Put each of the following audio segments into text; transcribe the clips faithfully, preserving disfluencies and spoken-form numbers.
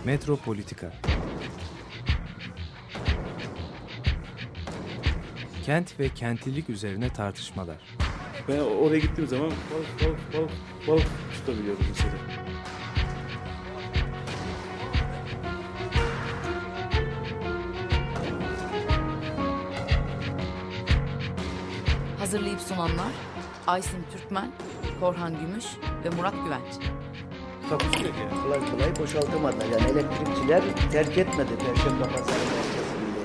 Metropolitika. Kent ve kentlilik üzerine tartışmalar. Ben oraya gittiğim zaman balık balık balık balık tutabiliyorum mesela. Hazırlayıp sunanlar Aysin Türkmen, Korhan Gümüş ve Murat Güvenç. Takusuyor ki. Kolay kolay boşaltamadılar. Yani elektrikçiler terk etmedi Perşembe Pazarı merkezinde.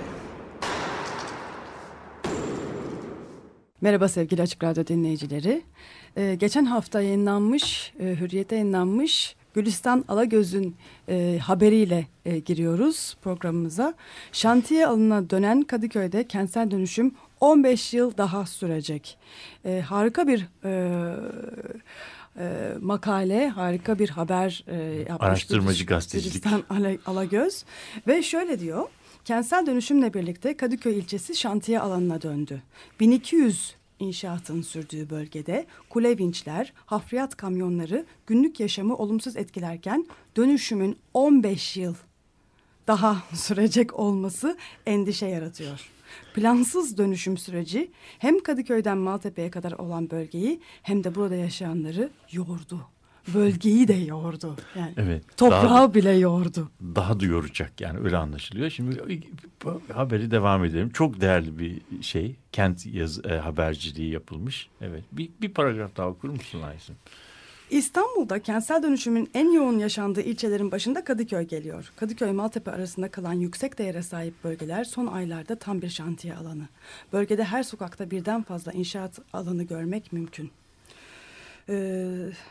Merhaba sevgili Açık Radyo dinleyicileri. Ee, geçen hafta yayınlanmış, e, Hürriyet'e yayınlanmış Gülistan Alagöz'ün e, haberiyle e, giriyoruz programımıza. Şantiye alanına dönen Kadıköy'de kentsel dönüşüm on beş yıl daha sürecek. E, harika bir e, e, makale, harika bir haber e, yapmış. Araştırmacı gazetecilik. Gülistan Alagöz ve şöyle diyor. Kentsel dönüşümle birlikte Kadıköy ilçesi şantiye alanına döndü. bin iki yüz inşaatın sürdüğü bölgede kule vinçler, hafriyat kamyonları günlük yaşamı olumsuz etkilerken dönüşümün on beş yıl daha sürecek olması endişe yaratıyor. Plansız dönüşüm süreci hem Kadıköy'den Maltepe'ye kadar olan bölgeyi hem de burada yaşayanları yordu. Bölgeyi de yordu. Yani evet, toprağı daha, bile yordu. Daha da yoracak yani, öyle anlaşılıyor. Şimdi haberi devam edelim. Çok değerli bir şey. Kent yaz, e, haberciliği yapılmış. Evet. Bir, bir paragraf daha okur musun Aysin? İstanbul'da kentsel dönüşümün en yoğun yaşandığı ilçelerin başında Kadıköy geliyor. Kadıköy-Maltepe arasında kalan yüksek değere sahip bölgeler son aylarda tam bir şantiye alanı. Bölgede her sokakta birden fazla inşaat alanı görmek mümkün. Ee,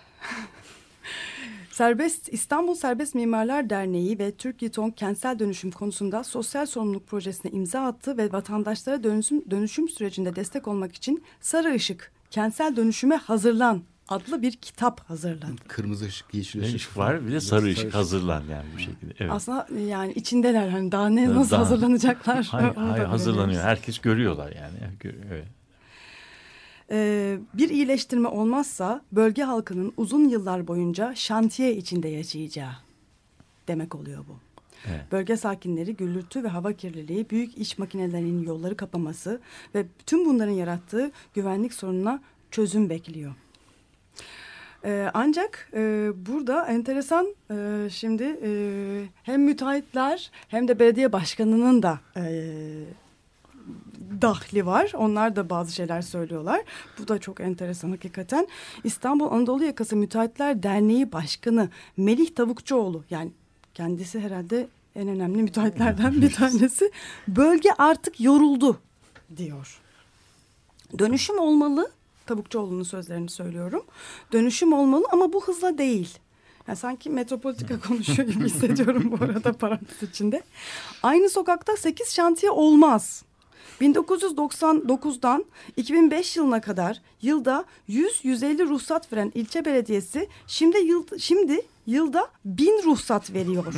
Serbest İstanbul Serbest Mimarlar Derneği ve Türk Yitong kentsel dönüşüm konusunda sosyal sorumluluk projesine imza attı ve vatandaşlara dönüşüm, dönüşüm sürecinde destek olmak için Sarı Işık Kentsel Dönüşüme Hazırlan adlı bir kitap hazırladı. Kırmızı ışık, yeşil ışık, ışık var, bir de sarı ışık, ışık hazırlan yani bu şekilde. Evet. Aslında yani içindeler, hani daha ne nasıl daha, hazırlanacaklar? Hayır, hayır hazırlanıyor. Herkes görüyorlar yani. Evet. Ee, bir iyileştirme olmazsa bölge halkının uzun yıllar boyunca şantiye içinde yaşayacağı demek oluyor bu. Evet. Bölge sakinleri gürültü ve hava kirliliği, büyük iş makinelerinin yolları kapaması ve tüm bunların yarattığı güvenlik sorununa çözüm bekliyor. Ee, ancak e, burada enteresan e, şimdi e, hem müteahhitler hem de belediye başkanının da e, dahli var. Onlar da bazı şeyler söylüyorlar. Bu da çok enteresan hakikaten. İstanbul Anadolu Yakası Müteahhitler Derneği Başkanı Melih Tavukçuoğlu, yani kendisi herhalde en önemli müteahhitlerden bir tanesi, bölge artık yoruldu diyor. Dönüşüm olmalı. Tavukçuoğlu'nun sözlerini söylüyorum. Dönüşüm olmalı ama bu hızla değil. Yani sanki metropolitika konuşuyor gibi hissediyorum bu arada parantez içinde. Aynı sokakta sekiz şantiye olmaz. bin dokuz yüz doksan dokuzdan iki bin beş yılına kadar yılda yüz yüz elli ruhsat veren ilçe belediyesi şimdi yıl, şimdi yılda bin ruhsat veriyor.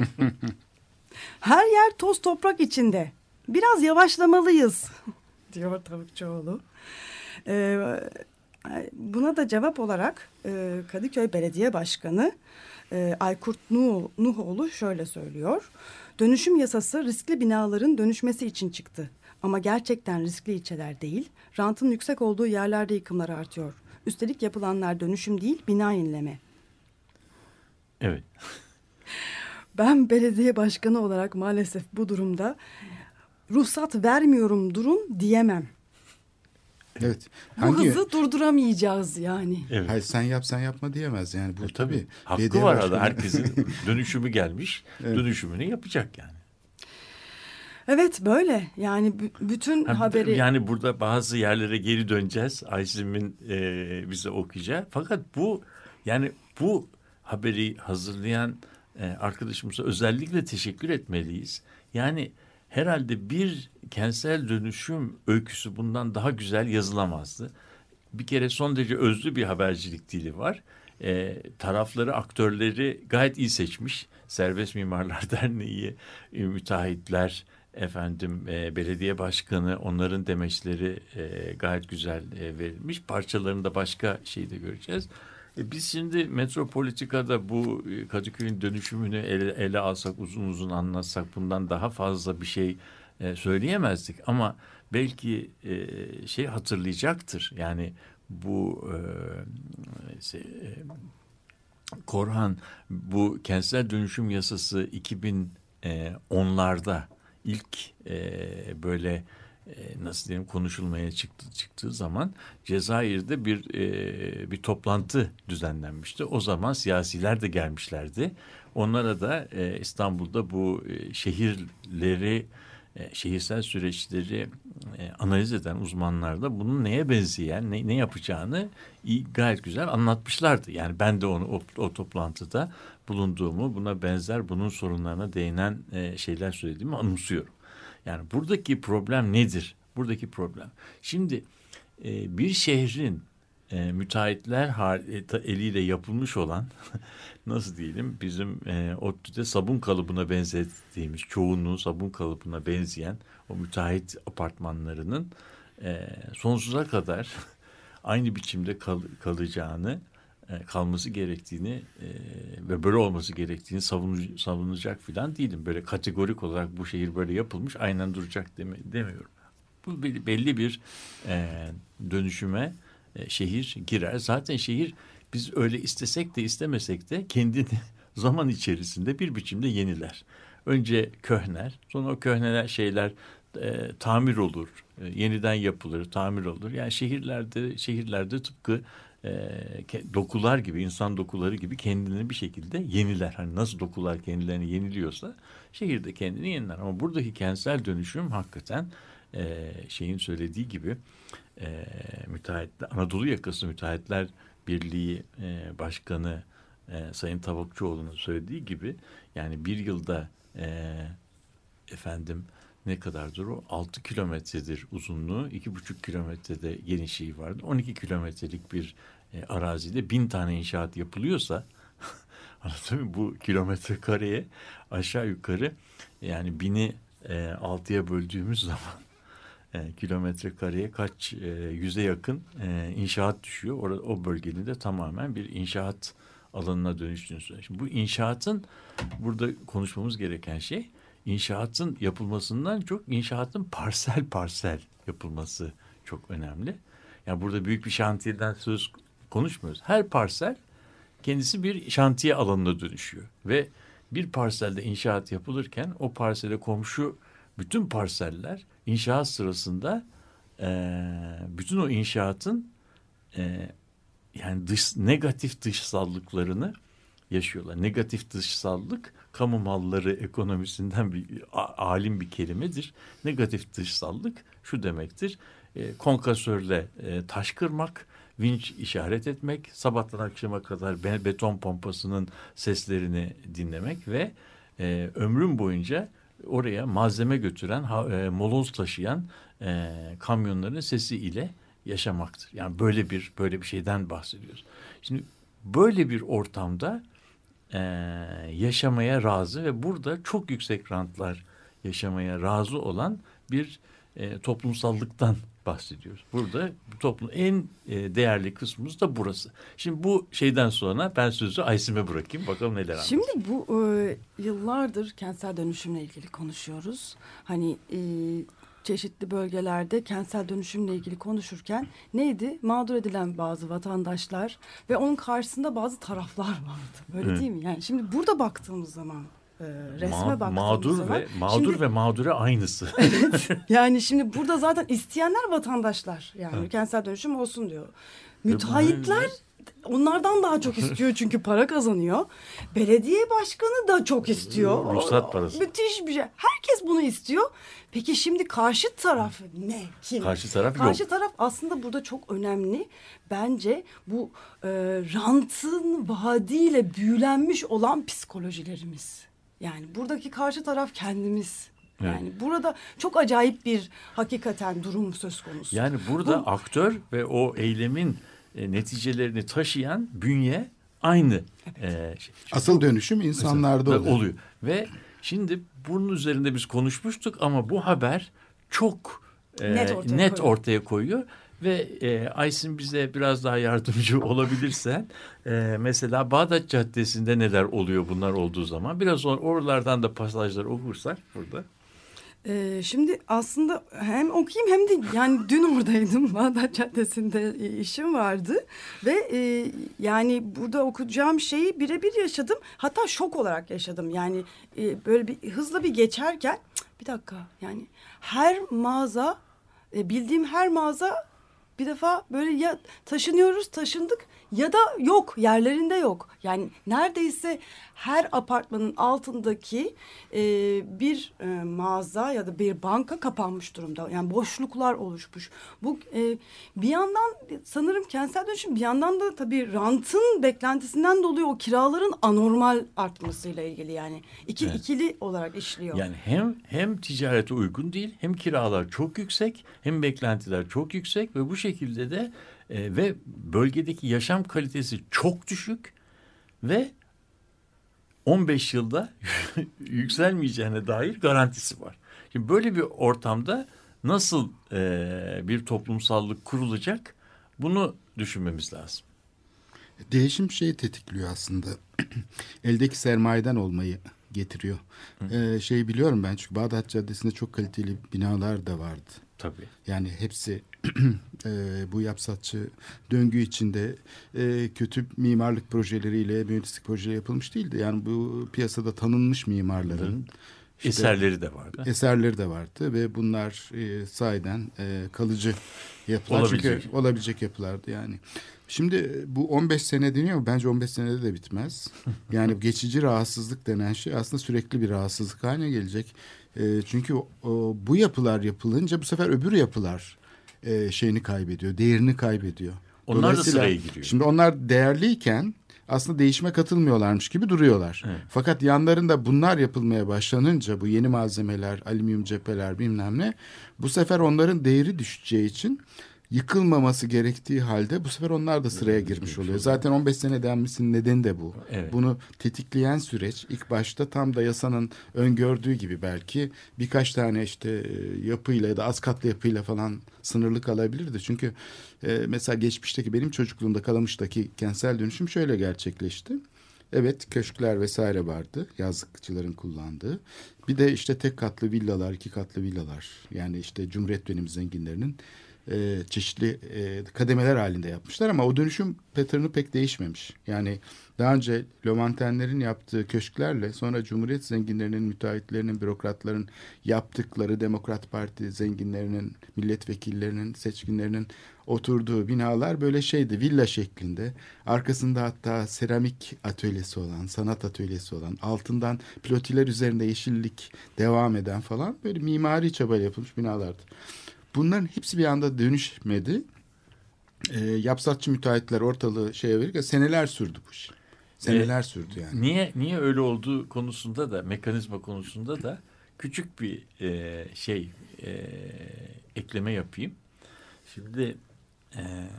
Her yer toz toprak içinde. Biraz yavaşlamalıyız diyor Tavukçuoğlu. Ee, buna da cevap olarak e, Kadıköy Belediye Başkanı e, Aykurt Nuh, Nuhoğlu şöyle söylüyor. Dönüşüm yasası riskli binaların dönüşmesi için çıktı. Ama gerçekten riskli ilçeler değil, rantın yüksek olduğu yerlerde yıkımlar artıyor. Üstelik yapılanlar dönüşüm değil, bina yenileme. Evet. Ben belediye başkanı olarak maalesef bu durumda ruhsat vermiyorum durun diyemem. Evet. Bu Hangi... hızı durduramayacağız yani. Evet. Hayır, sen yap sen yapma diyemez yani. Bu e, tabii. Hakkı belediye var başkanı... arada, herkesin dönüşümü gelmiş. Evet. Dönüşümünü yapacak yani. Evet böyle yani b- bütün ha, haberi. Yani burada bazı yerlere geri döneceğiz. Aysim'in e, bize okuyacağı. Fakat bu yani bu haberi hazırlayan e, arkadaşımıza özellikle teşekkür etmeliyiz. Yani herhalde bir kentsel dönüşüm öyküsü bundan daha güzel yazılamazdı. Bir kere son derece özlü bir habercilik dili var. E, tarafları, aktörleri gayet iyi seçmiş. Serbest Mimarlar Derneği, e, müteahhitler, efendim e, belediye başkanı, onların demeçleri e, gayet güzel e, verilmiş. Parçalarında başka şeyi de göreceğiz. E biz şimdi Metropolitika'da bu Kadıköy'ün dönüşümünü ele, ele alsak, uzun uzun anlatsak bundan daha fazla bir şey e, söyleyemezdik. Ama belki e, şey hatırlayacaktır. Yani bu e, şey, e, Korhan bu kentsel dönüşüm yasası iki bin onlarda ilk e, böyle e, nasıl diyeyim konuşulmaya çıktı, çıktığı zaman Cezayir'de bir e, bir toplantı düzenlenmişti. O zaman siyasiler de gelmişlerdi. Onlara da e, İstanbul'da bu e, şehirleri e, şehirsel süreçleri e, analiz eden uzmanlar da bunun neye benzeyen, ne, ne yapacağını iyi, gayet güzel anlatmışlardı. Yani ben de onu o, o toplantıda bulunduğumu, buna benzer bunun sorunlarına değinen e, şeyler söylediğimi anımsıyorum. Yani buradaki problem nedir? Buradaki problem. Şimdi e, bir şehrin e, müteahhitler eliyle yapılmış olan nasıl diyelim bizim e, ODTÜ'de sabun kalıbına benzettiğimiz çoğunluğu sabun kalıbına benzeyen o müteahhit apartmanlarının e, sonsuza kadar aynı biçimde kal, kalacağını e, kalması gerektiğini e, ve böyle olması gerektiğini savunu, savunacak filan değilim. Böyle kategorik olarak bu şehir böyle yapılmış aynen duracak deme, demiyorum. Bu belli bir e, dönüşüme e, şehir girer. Zaten şehir biz öyle istesek de istemesek de kendini zaman içerisinde bir biçimde yeniler. Önce köhner, sonra o köhneler şeyler e, tamir olur, e, yeniden yapılır, tamir olur. Yani şehirlerde şehirlerde tıpkı e, dokular gibi, insan dokuları gibi kendini bir şekilde yeniler. Hani nasıl dokular kendilerini yeniliyorsa şehirde kendini yeniler. Ama buradaki kentsel dönüşüm hakikaten e, şeyin söylediği gibi e, müteahhitler, Anadolu Yakası Müteahhitler Birliği e, Başkanı e, Sayın Tavukçuoğlu'nun söylediği gibi yani bir yılda e, efendim ne kadardır o? altı kilometredir uzunluğu, iki buçuk kilometrede genişliği vardı. on iki kilometrelik bir e, arazide bin tane inşaat yapılıyorsa anladın mı? Bu kilometre kareye aşağı yukarı yani bini e, altıya böldüğümüz zaman e, kilometre kareye kaç e, yüze yakın e, inşaat düşüyor. Orada, o bölgenin de tamamen bir inşaat alanına dönüştüğünü söylüyor. Şimdi bu inşaatın burada konuşmamız gereken şey İnşaatın yapılmasından çok inşaatın parsel parsel yapılması çok önemli. Yani burada büyük bir şantiyeden söz konuşmuyoruz. Her parsel kendisi bir şantiye alanına dönüşüyor. Ve bir parselde inşaat yapılırken o parsele komşu bütün parseller inşaat sırasında e, bütün o inşaatın e, yani dış, negatif dışsallıklarını yaşıyorlar. Negatif dışsallık kamu malları ekonomisinden bir alim bir kelimedir. Negatif dışsallık şu demektir. E, konkasörle e, taş kırmak, vinç işaret etmek, sabahtan akşama kadar beton pompasının seslerini dinlemek ve e, ömrüm boyunca oraya malzeme götüren, ha, e, moloz taşıyan e, kamyonların sesi ile yaşamaktır. Yani böyle bir böyle bir şeyden bahsediyoruz. Şimdi böyle bir ortamda Ee, yaşamaya razı ve burada çok yüksek rantlar yaşamaya razı olan bir e, toplumsallıktan bahsediyoruz. Burada bu toplumun en e, değerli kısmımız da burası. Şimdi bu şeyden sonra ben sözü Aysim'e bırakayım. Bakalım neler anlatacak. Şimdi bu e, yıllardır kentsel dönüşümle ilgili konuşuyoruz. Hani e, çeşitli bölgelerde kentsel dönüşümle ilgili konuşurken neydi? Mağdur edilen bazı vatandaşlar ve onun karşısında bazı taraflar vardı. Böyle evet. Değil mi? Yani şimdi burada baktığımız zaman e, resme Ma- baktığımız mağdur zaman. Ve, mağdur şimdi, ve mağdure aynısı. Evet. Yani şimdi burada zaten isteyenler vatandaşlar. Yani evet. Kentsel dönüşüm olsun diyor. Müteahhitler onlardan daha çok istiyor çünkü para kazanıyor. Belediye başkanı da çok istiyor. Ruhsat parası. Müthiş bir şey. Herkes bunu istiyor. Peki şimdi karşı taraf ne? Kim? Karşı taraf karşı yok. taraf aslında burada çok önemli. Bence bu e, rantın vaadiyle büyülenmiş olan psikolojilerimiz. Yani buradaki karşı taraf kendimiz. Yani evet. Burada çok acayip bir hakikaten durum söz konusu. Yani burada bu, aktör ve o eylemin e, neticelerini taşıyan bünye aynı. Evet. E, şey, Asıl dönüşüm insanlarda oluyor. oluyor. Ve şimdi bunun üzerinde biz konuşmuştuk ama bu haber çok e, net, ortaya, net ortaya koyuyor. Ve e, Aysin bize biraz daha yardımcı olabilirsen e, mesela Bağdat Caddesi'nde neler oluyor bunlar olduğu zaman biraz or- oralardan da pasajlar okursak burada. Ee, şimdi aslında hem okuyayım hem de yani dün oradaydım. Bağdat Caddesi'nde e, işim vardı. Ve e, yani burada okuyacağım şeyi birebir yaşadım. Hatta şok olarak yaşadım. Yani e, böyle bir hızla bir geçerken cık, bir dakika yani her mağaza e, bildiğim her mağaza bir defa böyle ya taşınıyoruz taşındık ya da yok yerlerinde yok. Yani neredeyse her apartmanın altındaki e, bir e, mağaza ya da bir banka kapanmış durumda. Yani boşluklar oluşmuş. Bu e, bir yandan sanırım kentsel dönüşüm bir yandan da tabii rantın beklentisinden dolayı o kiraların anormal artmasıyla ilgili yani. İki, Evet. ikili olarak işliyor. Yani hem hem ticarete uygun değil, hem kiralar çok yüksek, hem beklentiler çok yüksek ve bu şekilde de e, ve bölgedeki yaşam kalitesi çok düşük ve on beş yılda yükselmeyeceğine dair garantisi var. Şimdi böyle bir ortamda nasıl e, bir toplumsallık kurulacak, bunu düşünmemiz lazım. Değişim şeyi tetikliyor aslında. Eldeki sermayeden olmayı getiriyor. Ee, şey biliyorum ben çünkü Bağdat Caddesi'nde çok kaliteli binalar da vardı. Tabii. Yani hepsi e, bu yapsatçı döngü içinde e, kötü mimarlık projeleriyle mühendislik projeleri yapılmış değildi. Yani bu piyasada tanınmış mimarların işte, eserleri de vardı. Eserleri de vardı ve bunlar e, sahiden e, kalıcı yapılar. Olabilecek. Çünkü olabilecek yapılardı yani. Şimdi bu on beş sene deniyor mu? Bence on beş senede de bitmez. Yani geçici rahatsızlık denen şey aslında sürekli bir rahatsızlık haline gelecek. E, çünkü o, o, bu yapılar yapılınca bu sefer öbür yapılar e, şeyini kaybediyor, değerini kaybediyor. Onlar da sıraya giriyor. Şimdi onlar değerliyken aslında değişime katılmıyorlarmış gibi duruyorlar. Evet. Fakat yanlarında bunlar yapılmaya başlanınca bu yeni malzemeler, alüminyum cepheler bilmem ne bu sefer onların değeri düşeceği için yıkılmaması gerektiği halde bu sefer onlar da sıraya girmiş oluyor. Zaten on beş sene denmesinin nedeni de bu. Evet. Bunu tetikleyen süreç ilk başta tam da yasanın öngördüğü gibi belki birkaç tane işte yapıyla ya da az katlı yapıyla falan sınırlı kalabilirdi. Çünkü e, mesela geçmişteki benim çocukluğumda Kalamış'taki kentsel dönüşüm şöyle gerçekleşti. Evet köşkler vesaire vardı yazlıkçıların kullandığı. Bir de işte tek katlı villalar, iki katlı villalar yani işte Cumhuriyet dönemi zenginlerinin e, çeşitli e, kademeler halinde yapmışlar ama o dönüşüm pattern'ı pek değişmemiş. Yani daha önce Lomantenlerin yaptığı köşklerle sonra Cumhuriyet zenginlerinin, müteahhitlerinin, bürokratların yaptıkları Demokrat Parti zenginlerinin, milletvekillerinin, seçkinlerinin oturduğu binalar böyle şeydi, villa şeklinde. Arkasında hatta seramik atölyesi olan, sanat atölyesi olan, altından plotiler üzerinde yeşillik devam eden falan böyle mimari çabayla yapılmış binalardı. Bunların hepsi bir anda dönüşmedi. E, yapsatçı müteahhitler ortalığı şeye verirken seneler sürdü bu iş. Seneler E, sürdü yani. Niye niye öyle olduğu konusunda da mekanizma konusunda da küçük bir e, şey e, ekleme yapayım. Şimdi e,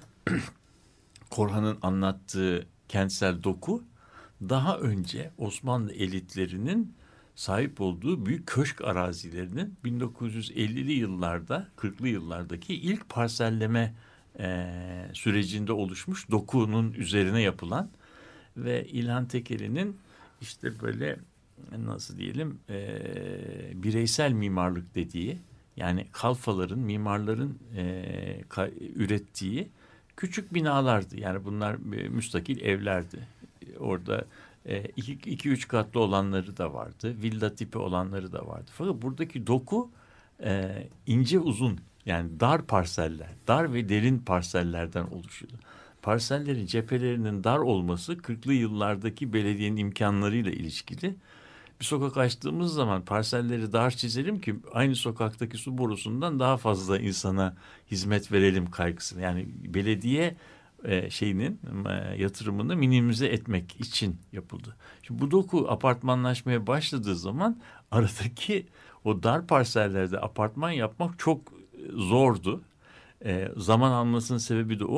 Korhan'ın anlattığı kentsel doku daha önce Osmanlı elitlerinin sahip olduğu büyük köşk arazilerinin bin dokuz yüz ellili yıllarda, kırklı yıllardaki ilk parselleme e, sürecinde oluşmuş dokunun üzerine yapılan ve İlhan Tekeli'nin işte böyle nasıl diyelim e, bireysel mimarlık dediği yani kalfaların, mimarların e, ka, ürettiği küçük binalardı. Yani bunlar e, müstakil evlerdi. Orada e, iki, iki üç katlı olanları da vardı. Villa tipi olanları da vardı. Fakat buradaki doku e, ince uzun yani dar parseller, dar ve derin parsellerden oluşuyordu. Parsellerin cephelerinin dar olması kırklı yıllardaki belediyenin imkanlarıyla ilişkili. Bir sokak açtığımız zaman parselleri dar çizelim ki aynı sokaktaki su borusundan daha fazla insana hizmet verelim kaygısını. Yani belediye e, şeyinin e, yatırımını minimize etmek için yapıldı. Şimdi bu doku apartmanlaşmaya başladığı zaman aradaki o dar parsellerde apartman yapmak çok zordu. E, zaman almasının sebebi de o.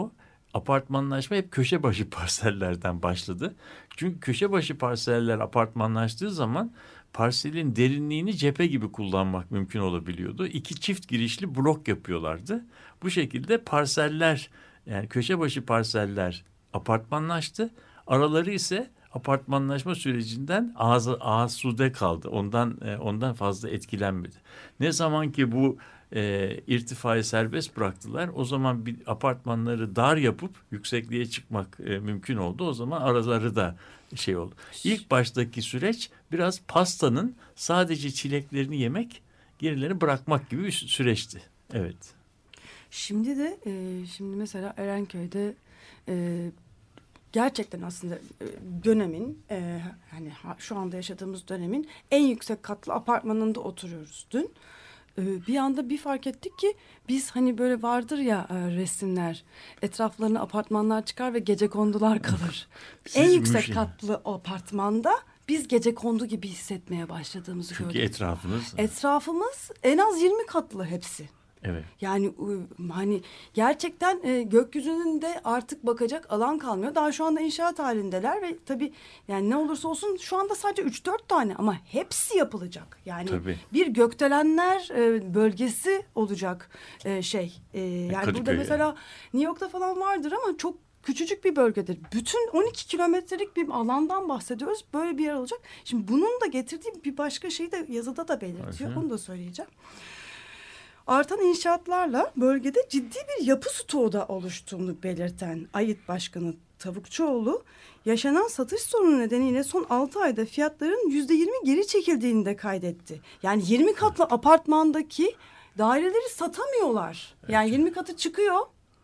apartmanlaşma hep köşe başı parsellerden başladı. Çünkü köşe başı parseller apartmanlaştığı zaman parselin derinliğini cephe gibi kullanmak mümkün olabiliyordu. İki çift girişli blok yapıyorlardı. Bu şekilde parseller, yani köşe başı parseller apartmanlaştı. Araları ise apartmanlaşma sürecinden ağzı asude kaldı. Ondan ondan fazla etkilenmedi. Ne zaman ki bu e, irtifayı serbest bıraktılar, o zaman bir apartmanları dar yapıp yüksekliğe çıkmak e, mümkün oldu. O zaman araları da şey oldu. İlk baştaki süreç biraz pastanın sadece çileklerini yemek, gerilerini bırakmak gibi bir süreçti. Evet. Şimdi de e, şimdi mesela Erenköy'de e, gerçekten aslında e, dönemin e, hani ha, şu anda yaşadığımız dönemin en yüksek katlı apartmanında oturuyoruz dün. E, bir anda bir fark ettik ki biz hani böyle vardır ya e, resimler, etraflarına apartmanlar çıkar ve gecekondular kalır. En yüksek katlı apartmanda biz gecekondu gibi hissetmeye başladığımızı Çünkü gördük. etrafınız. Etrafımız en az yirmi katlı hepsi. Evet. Yani hani gerçekten e, gökyüzünün de artık bakacak alan kalmıyor. Daha şu anda inşaat halindeler ve tabii yani ne olursa olsun şu anda sadece üç dört tane ama hepsi yapılacak. Yani Tabii. bir gökdelenler e, bölgesi olacak e, şey. E, yani Kadıköy burada mesela yani. New York'ta falan vardır ama çok küçücük bir bölgedir. Bütün on iki kilometrelik bir alandan bahsediyoruz. Böyle bir yer olacak. Şimdi bunun da getirdiği bir başka şeyi de yazıda da belirtiyor. Hı-hı. Onu da söyleyeceğim. Artan inşaatlarla bölgede ciddi bir yapı stoğu da oluştuğunu belirten AİT Başkanı Tavukçuoğlu, yaşanan satış sorunu nedeniyle son altı ayda fiyatların yüzde yirmi geri çekildiğini de kaydetti. Yani yirmi katlı apartmandaki daireleri satamıyorlar. Yani yirmi katı çıkıyor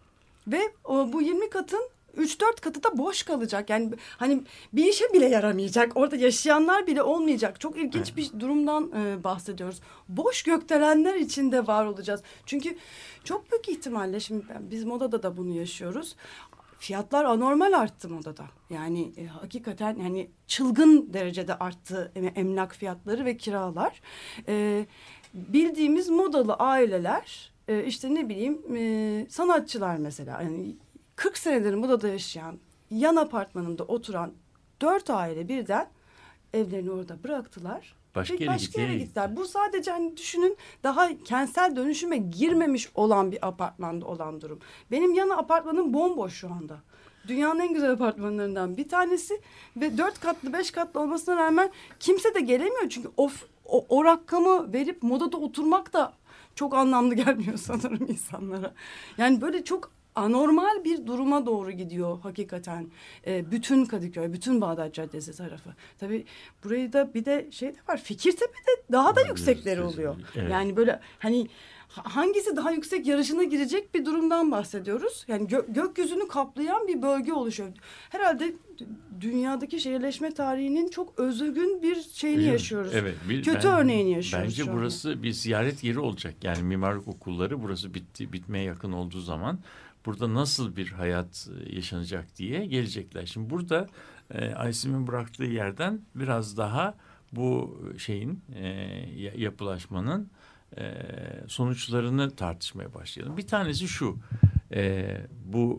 ve o, bu yirmi katın üç dört katı da boş kalacak. Yani hani bir işe bile yaramayacak. Orada yaşayanlar bile olmayacak. Çok ilginç bir durumdan e, bahsediyoruz. Boş gökdelenler içinde var olacağız. Çünkü çok büyük ihtimalle şimdi biz modada da bunu yaşıyoruz. Fiyatlar anormal arttı modada. Yani e, hakikaten yani çılgın derecede arttı emlak fiyatları ve kiralar. E, bildiğimiz modalı aileler e, işte ne bileyim e, sanatçılar mesela yani kırk senedir modada yaşayan, yan apartmanında oturan dört aile birden evlerini orada bıraktılar. Başka ve yere başka yere gittiler. gittiler. Bu sadece hani düşünün daha kentsel dönüşüme girmemiş olan bir apartmanda olan durum. Benim yan apartmanım bomboş şu anda. Dünyanın en güzel apartmanlarından bir tanesi ve dört katlı beş katlı olmasına rağmen kimse de gelemiyor. Çünkü o, o, o rakamı verip modada oturmak da çok anlamlı gelmiyor sanırım insanlara. Yani böyle çok anormal bir duruma doğru gidiyor hakikaten e, bütün Kadıköy, bütün Bağdat Caddesi tarafı. Tabii burayı da bir de şey de var, Fikirtepe'de daha da yüksekleri oluyor. Evet. Yani böyle hani hangisi daha yüksek yarışına girecek bir durumdan bahsediyoruz. Yani gö- gökyüzünü kaplayan bir bölge oluşuyor. Herhalde dünyadaki şehirleşme tarihinin çok özgün bir şeyini Öyle yaşıyoruz. Evet, bir, Kötü ben, örneğini yaşıyoruz. Bence şu burası anda. bir ziyaret yeri olacak. Yani mimarlık okulları burası bitti, bitmeye yakın olduğu zaman burada nasıl bir hayat yaşanacak diye gelecekler. Şimdi burada e, Aysim'in bıraktığı yerden biraz daha bu şeyin e, yapılaşmanın e, sonuçlarını tartışmaya başlayalım. Bir tanesi şu, e, bu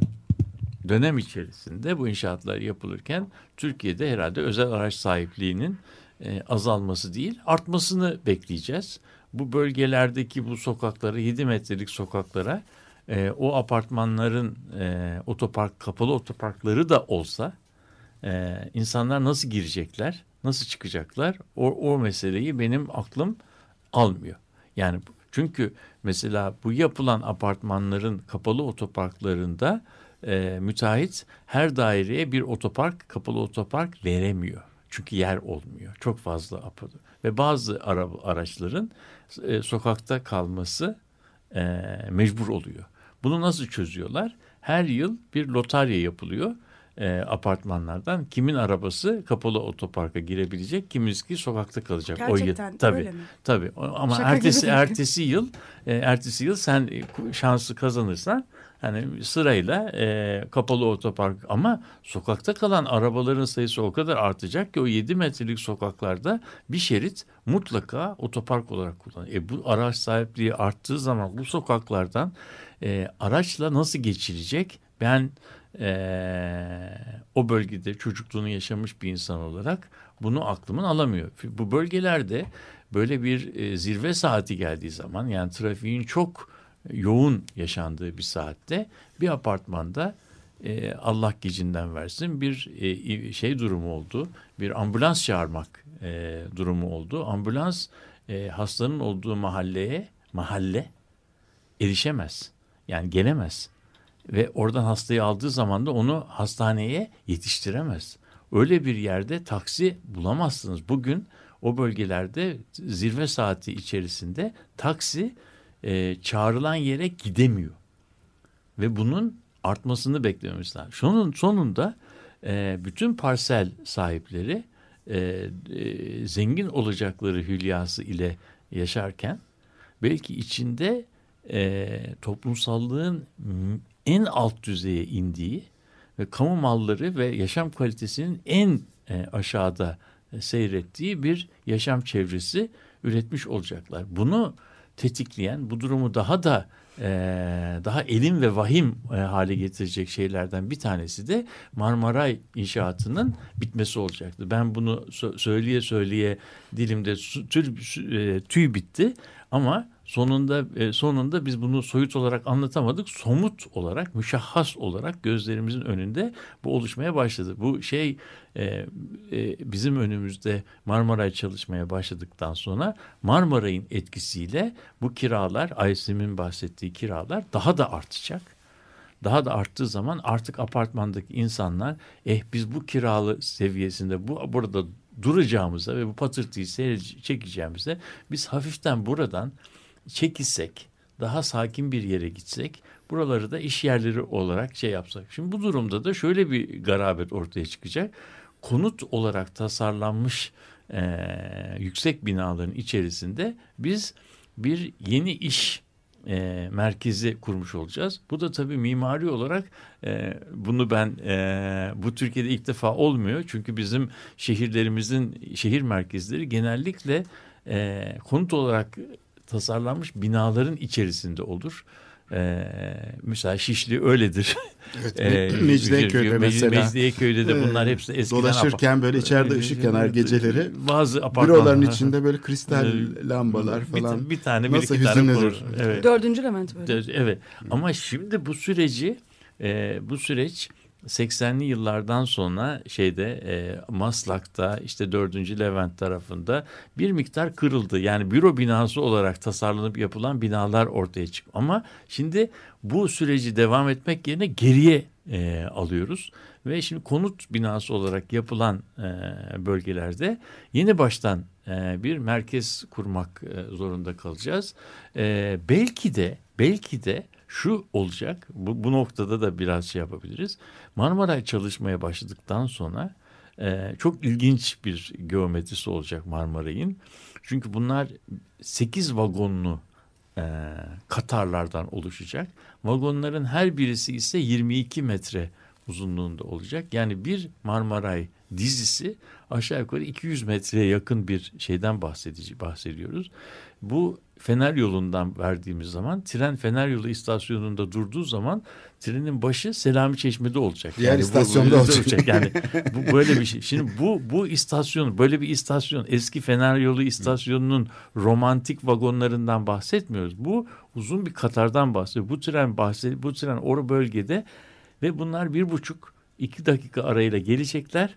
dönem içerisinde bu inşaatlar yapılırken Türkiye'de herhalde özel araç sahipliğinin e, azalması değil, artmasını bekleyeceğiz. Bu bölgelerdeki bu sokaklara, yedi metrelik sokaklara e, o apartmanların e, otopark, kapalı otoparkları da olsa e, insanlar nasıl girecekler, nasıl çıkacaklar? O, o meseleyi benim aklım almıyor. Yani çünkü mesela bu yapılan apartmanların kapalı otoparklarında e, müteahhit her daireye bir otopark, kapalı otopark veremiyor. Çünkü yer olmuyor. Çok fazla apartman. Ve bazı ara, araçların e, sokakta kalması e, mecbur oluyor. Bunu nasıl çözüyorlar? Her yıl bir lotarya yapılıyor e, apartmanlardan. Kimin arabası kapalı otoparka girebilecek, kimisi sokakta kalacak. Gerçekten o yıl. Tabii, öyle mi? tabii. Ama Şaka ertesi gibi. ertesi yıl e, ertesi yıl sen şansı kazanırsan hani sırayla e, kapalı otopark, ama sokakta kalan arabaların sayısı o kadar artacak ki o yedi metrelik sokaklarda bir şerit mutlaka otopark olarak kullanılıyor. E, bu araç sahipliği arttığı zaman bu sokaklardan e, araçla nasıl geçilecek Ben e, o bölgede çocukluğunu yaşamış bir insan olarak bunu aklımın alamıyor. Bu bölgelerde böyle bir e, zirve saati geldiği zaman, yani trafiğin çok yoğun yaşandığı bir saatte bir apartmanda e, Allah gecinden versin bir e, şey durumu oldu. Bir ambulans çağırmak e, durumu oldu. Ambulans e, hastanın olduğu mahalleye mahalle erişemez. Yani gelemez. Ve oradan hastayı aldığı zaman da onu hastaneye yetiştiremez. Öyle bir yerde taksi bulamazsınız. Bugün o bölgelerde zirve saati içerisinde taksi e, çağrılan yere gidemiyor. Ve bunun artmasını beklememiz lazım. Şunun sonunda e, bütün parsel sahipleri e, e, zengin olacakları hülyası ile yaşarken belki içinde e, toplumsallığın en alt düzeye indiği ve kamu malları ve yaşam kalitesinin en e, aşağıda e, seyrettiği bir yaşam çevresi üretmiş olacaklar. Bunu tetikleyen, bu durumu daha da e, daha elin ve vahim e, hale getirecek şeylerden bir tanesi de Marmaray inşaatının bitmesi olacaktı. Ben bunu sö- söyleye söyleye dilimde su, tüy, e, tüy bitti ama sonunda e, sonunda biz bunu soyut olarak anlatamadık. Somut olarak, müşahhas olarak gözlerimizin önünde bu oluşmaya başladı. Bu şey e, e, bizim önümüzde Marmaray çalışmaya başladıktan sonra Marmaray'ın etkisiyle bu kiralar, Aysim'in bahsettiği kiralar daha da artacak. Daha da arttığı zaman artık apartmandaki insanlar eh biz bu kiralı seviyesinde bu burada duracağımıza ve bu patırtıyı seyre- çekeceğimize biz hafiften buradan çekilsek, daha sakin bir yere gitsek, buraları da iş yerleri olarak şey yapsak. Şimdi bu durumda da şöyle bir garabet ortaya çıkacak. Konut olarak tasarlanmış e, yüksek binaların içerisinde biz bir yeni iş e, merkezi kurmuş olacağız. Bu da tabii mimari olarak e, bunu ben e, bu Türkiye'de ilk defa olmuyor. Çünkü bizim şehirlerimizin şehir merkezleri genellikle e, konut olarak tasarlanmış binaların içerisinde olur. Ee, mesela Şişli öyledir. Evet, ee, Mecidiyeköy'de mesela. Mecidiyeköy'de de bunlar hepsi eskiden. Dolaşırken böyle içeride ışık yanar geceleri. Bazı apartman. Büroların içinde böyle kristal lambalar falan. Bir, bir tane bir Nasıl iki tane hüzünlüdür. kurur. Evet. Dördüncü Levent böyle. Evet. Ama şimdi bu süreci e, bu süreç seksenli yıllardan sonra şeyde e, Maslak'ta işte dördüncü Levent tarafında bir miktar kırıldı. Yani büro binası olarak tasarlanıp yapılan binalar ortaya çıktı. Ama şimdi bu süreci devam etmek yerine geriye e, alıyoruz. Ve şimdi konut binası olarak yapılan e, bölgelerde yeni baştan e, bir merkez kurmak e, zorunda kalacağız. E, belki de belki de şu olacak, bu, bu noktada da biraz şey yapabiliriz. Marmaray çalışmaya başladıktan sonra e, çok ilginç bir geometrisi olacak Marmaray'ın. Çünkü bunlar sekiz vagonlu e, katarlardan oluşacak. Vagonların her birisi ise yirmi iki metre uzunluğunda olacak. Yani bir Marmaray dizisi aşağı yukarı iki yüz metreye yakın bir şeyden bahsedici bahsediyoruz. Bu Fener yolundan verdiğimiz zaman tren Fener yolu istasyonunda durduğu zaman trenin başı Selami Çeşme'de olacak. Diğer yani istasyonda bu, olacak. Yani bu böyle bir şey. Şimdi bu bu istasyon böyle bir istasyon eski Fener yolu istasyonunun romantik vagonlarından bahsetmiyoruz. Bu uzun bir katardan bahsediyor. Bu tren bahsediyor. Bu tren o bölgede ve bunlar bir buçuk iki dakika arayla gelecekler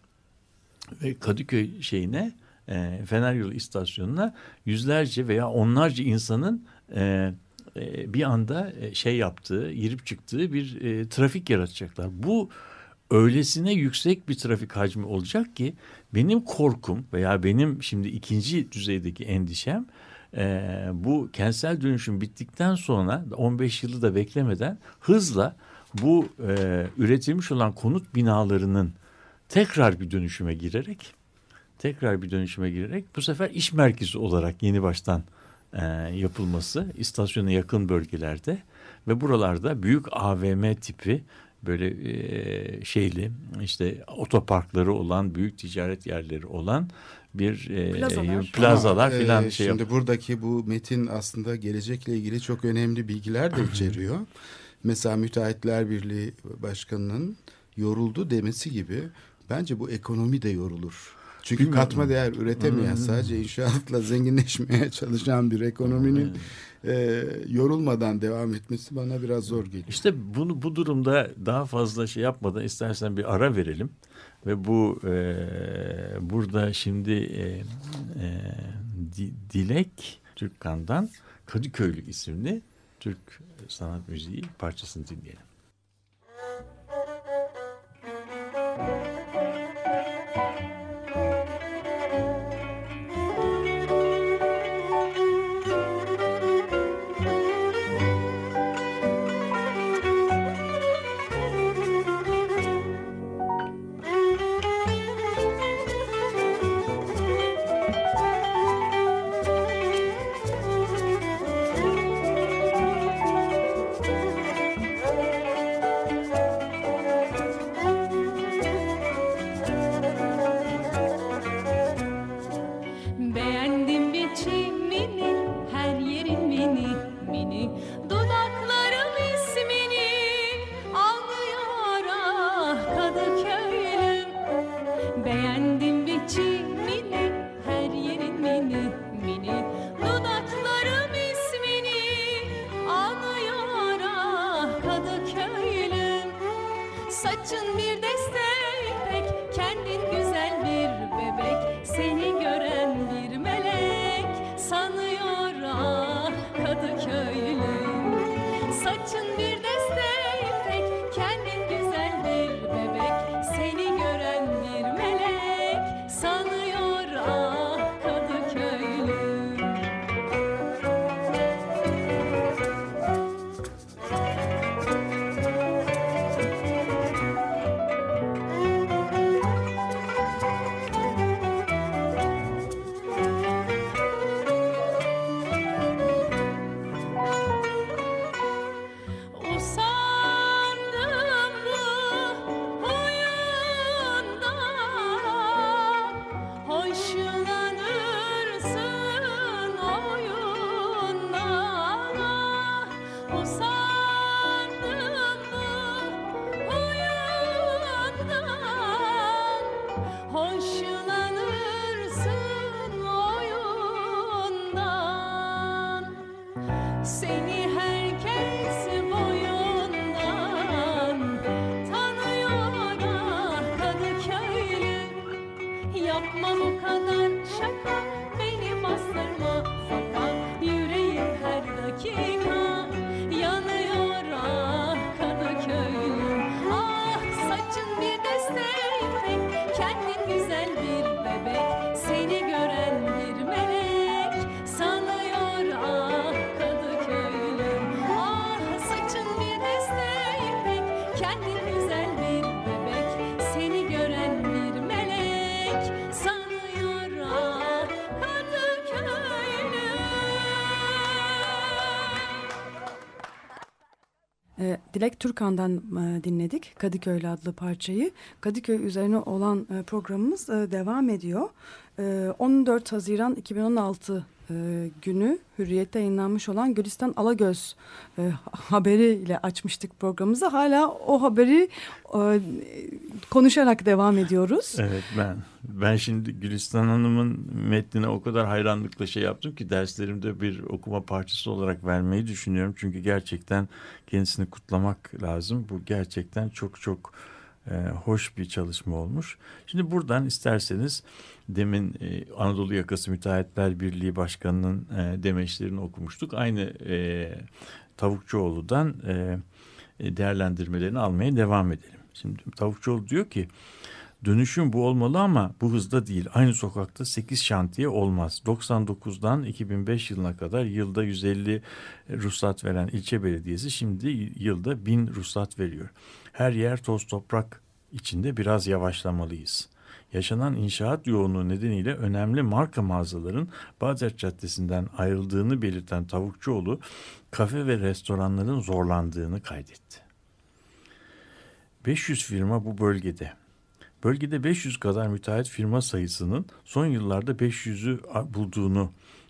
ve Kadıköy şeyine e, Fener yolu istasyonuna yüzlerce veya onlarca insanın e, e, bir anda e, şey yaptığı, girip çıktığı bir e, trafik yaratacaklar. Bu öylesine yüksek bir trafik hacmi olacak ki benim korkum veya benim şimdi ikinci düzeydeki endişem e, bu kentsel dönüşüm bittikten sonra on beş yılı da beklemeden hızla bu e, üretilmiş olan konut binalarının tekrar bir dönüşüme girerek tekrar bir dönüşüme girerek bu sefer iş merkezi olarak yeni baştan e, yapılması istasyona yakın bölgelerde ve buralarda büyük A V M tipi böyle e, şeyli işte otoparkları olan büyük ticaret yerleri olan bir e, Plazalar. plazalar Ama, filan e, şey Şimdi yap- buradaki bu metin aslında gelecekle ilgili çok önemli bilgiler de içeriyor. mesela Müteahhitler Birliği Başkanı'nın yoruldu demesi gibi bence bu ekonomi de yorulur. Çünkü Bilmiyorum. katma değer üretemeyen, hmm. sadece inşaatla zenginleşmeye çalışan bir ekonominin e, yorulmadan devam etmesi bana biraz zor geliyor. İşte bunu bu durumda daha fazla şey yapmadan istersen bir ara verelim ve bu e, burada şimdi e, e, Dilek Türkkan'dan Kadıköylü isimli Türk sanat müziği parçasını dinleyelim. Saçın bir destek pek, kendin güzel bir bebek, seni gören bir melek sanıyor ah Kadıköylüm. Saçın bir destek pek, kendin güzel bir bebek, seni gören bir melek sanıyor ah Kadıköylüm. Seni herkes boyundan tanıyor ah Kadıköylü. Yapma bu kadar şaka, beni bastırma fakat yüreğim her dakika yanıyor ah Kadıköylü. Ah saçın bir destek pek, kendin güzel bir bebek, seni gören bir melek sanıyor ah Kadıköylüm. Ah saçın bir destek pek, kendin güzel bir bebek, seni gören bir melek sanıyor ah Kadıköylüm. E, Dilek Türkkan'dan e, dinledik Kadıköylü adlı parçayı. Kadıköy üzerine olan e, programımız e, devam ediyor. E, on dört Haziran iki bin on altı e, günü Hürriyet'te yayınlanmış olan Gülistan Alagöz e, haberiyle açmıştık programımızı. Hala o haberi e, konuşarak devam ediyoruz. Evet, ben ben şimdi Gülistan Hanım'ın metnine o kadar hayranlıkla şey yaptım ki derslerimde bir okuma parçası olarak vermeyi düşünüyorum. Çünkü gerçekten kendisini kutlamak lazım. Bu gerçekten çok çok e, hoş bir çalışma olmuş. Şimdi buradan isterseniz demin e, Anadolu Yakası Müteahhitler Birliği Başkanı'nın e, demeçlerini okumuştuk. Aynı e, Tavukçuoğlu'dan e, değerlendirmelerini almaya devam edelim. Şimdi Tavukçuoğlu diyor ki dönüşüm bu olmalı ama bu hızda değil. Aynı sokakta sekiz şantiye olmaz. doksan dokuzdan iki bin beş yılına kadar yılda yüz elli ruhsat veren ilçe belediyesi şimdi yılda bin ruhsat veriyor. Her yer toz toprak içinde, biraz yavaşlamalıyız. Yaşanan inşaat yoğunluğu nedeniyle önemli marka mağazaların Bağdat Caddesi'nden ayrıldığını belirten Tavukçuoğlu, kafe ve restoranların zorlandığını kaydetti. beş yüz firma bu bölgede. Bölgede beş yüz kadar müteahhit firma sayısının son yıllarda beş yüzü bulduğunu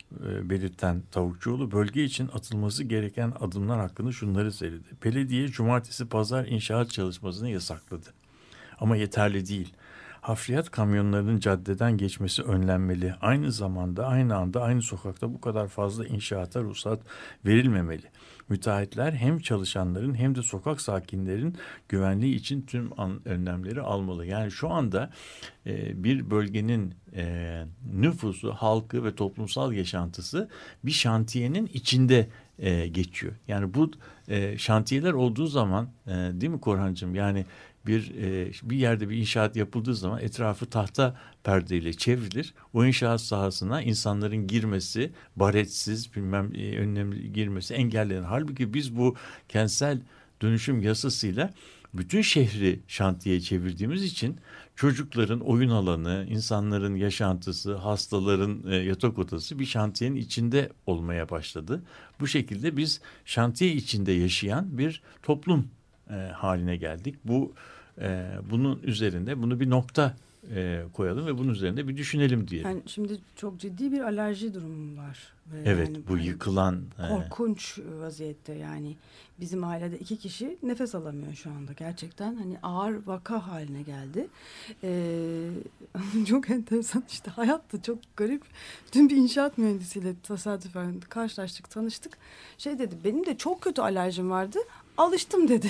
e, belirten Tavukçuoğlu bölge için atılması gereken adımlar hakkında şunları söyledi. Belediye cumartesi pazar inşaat çalışmasını yasakladı. Ama yeterli değil. Hafriyat kamyonlarının caddeden geçmesi önlenmeli. Aynı zamanda aynı anda aynı sokakta bu kadar fazla inşaata ruhsat verilmemeli. Müteahhitler hem çalışanların hem de sokak sakinlerin güvenliği için tüm an, önlemleri almalı. Yani şu anda e, bir bölgenin e, nüfusu, halkı ve toplumsal yaşantısı bir şantiyenin içinde e, geçiyor. Yani bu e, şantiyeler olduğu zaman e, değil mi Korhancığım? Yani bir e, bir yerde bir inşaat yapıldığı zaman etrafı tahta perdeyle çevrilir. O inşaat sahasına insanların girmesi, baretsiz bilmem e, önlemli girmesi engellenir. Halbuki biz bu kentsel dönüşüm yasasıyla bütün şehri şantiyeye çevirdiğimiz için çocukların oyun alanı, insanların yaşantısı, hastaların e, yatak odası bir şantiyenin içinde olmaya başladı. Bu şekilde biz şantiye içinde yaşayan bir toplum e, haline geldik. Bu e, bunun üzerinde bunu bir nokta e, koyalım ve bunun üzerinde bir düşünelim diyelim. Yani şimdi çok ciddi bir alerji durumum var. Ve Evet, yani bu yıkılan e, korkunç vaziyette yani bizim ailede iki kişi nefes alamıyor şu anda gerçekten hani ağır vaka haline geldi. Ee, çok enteresan işte hayatta çok garip. Dün bir inşaat mühendisiyle tesadüfen karşılaştık, tanıştık. Şey dedi, benim de çok kötü alerjim vardı, alıştım dedi.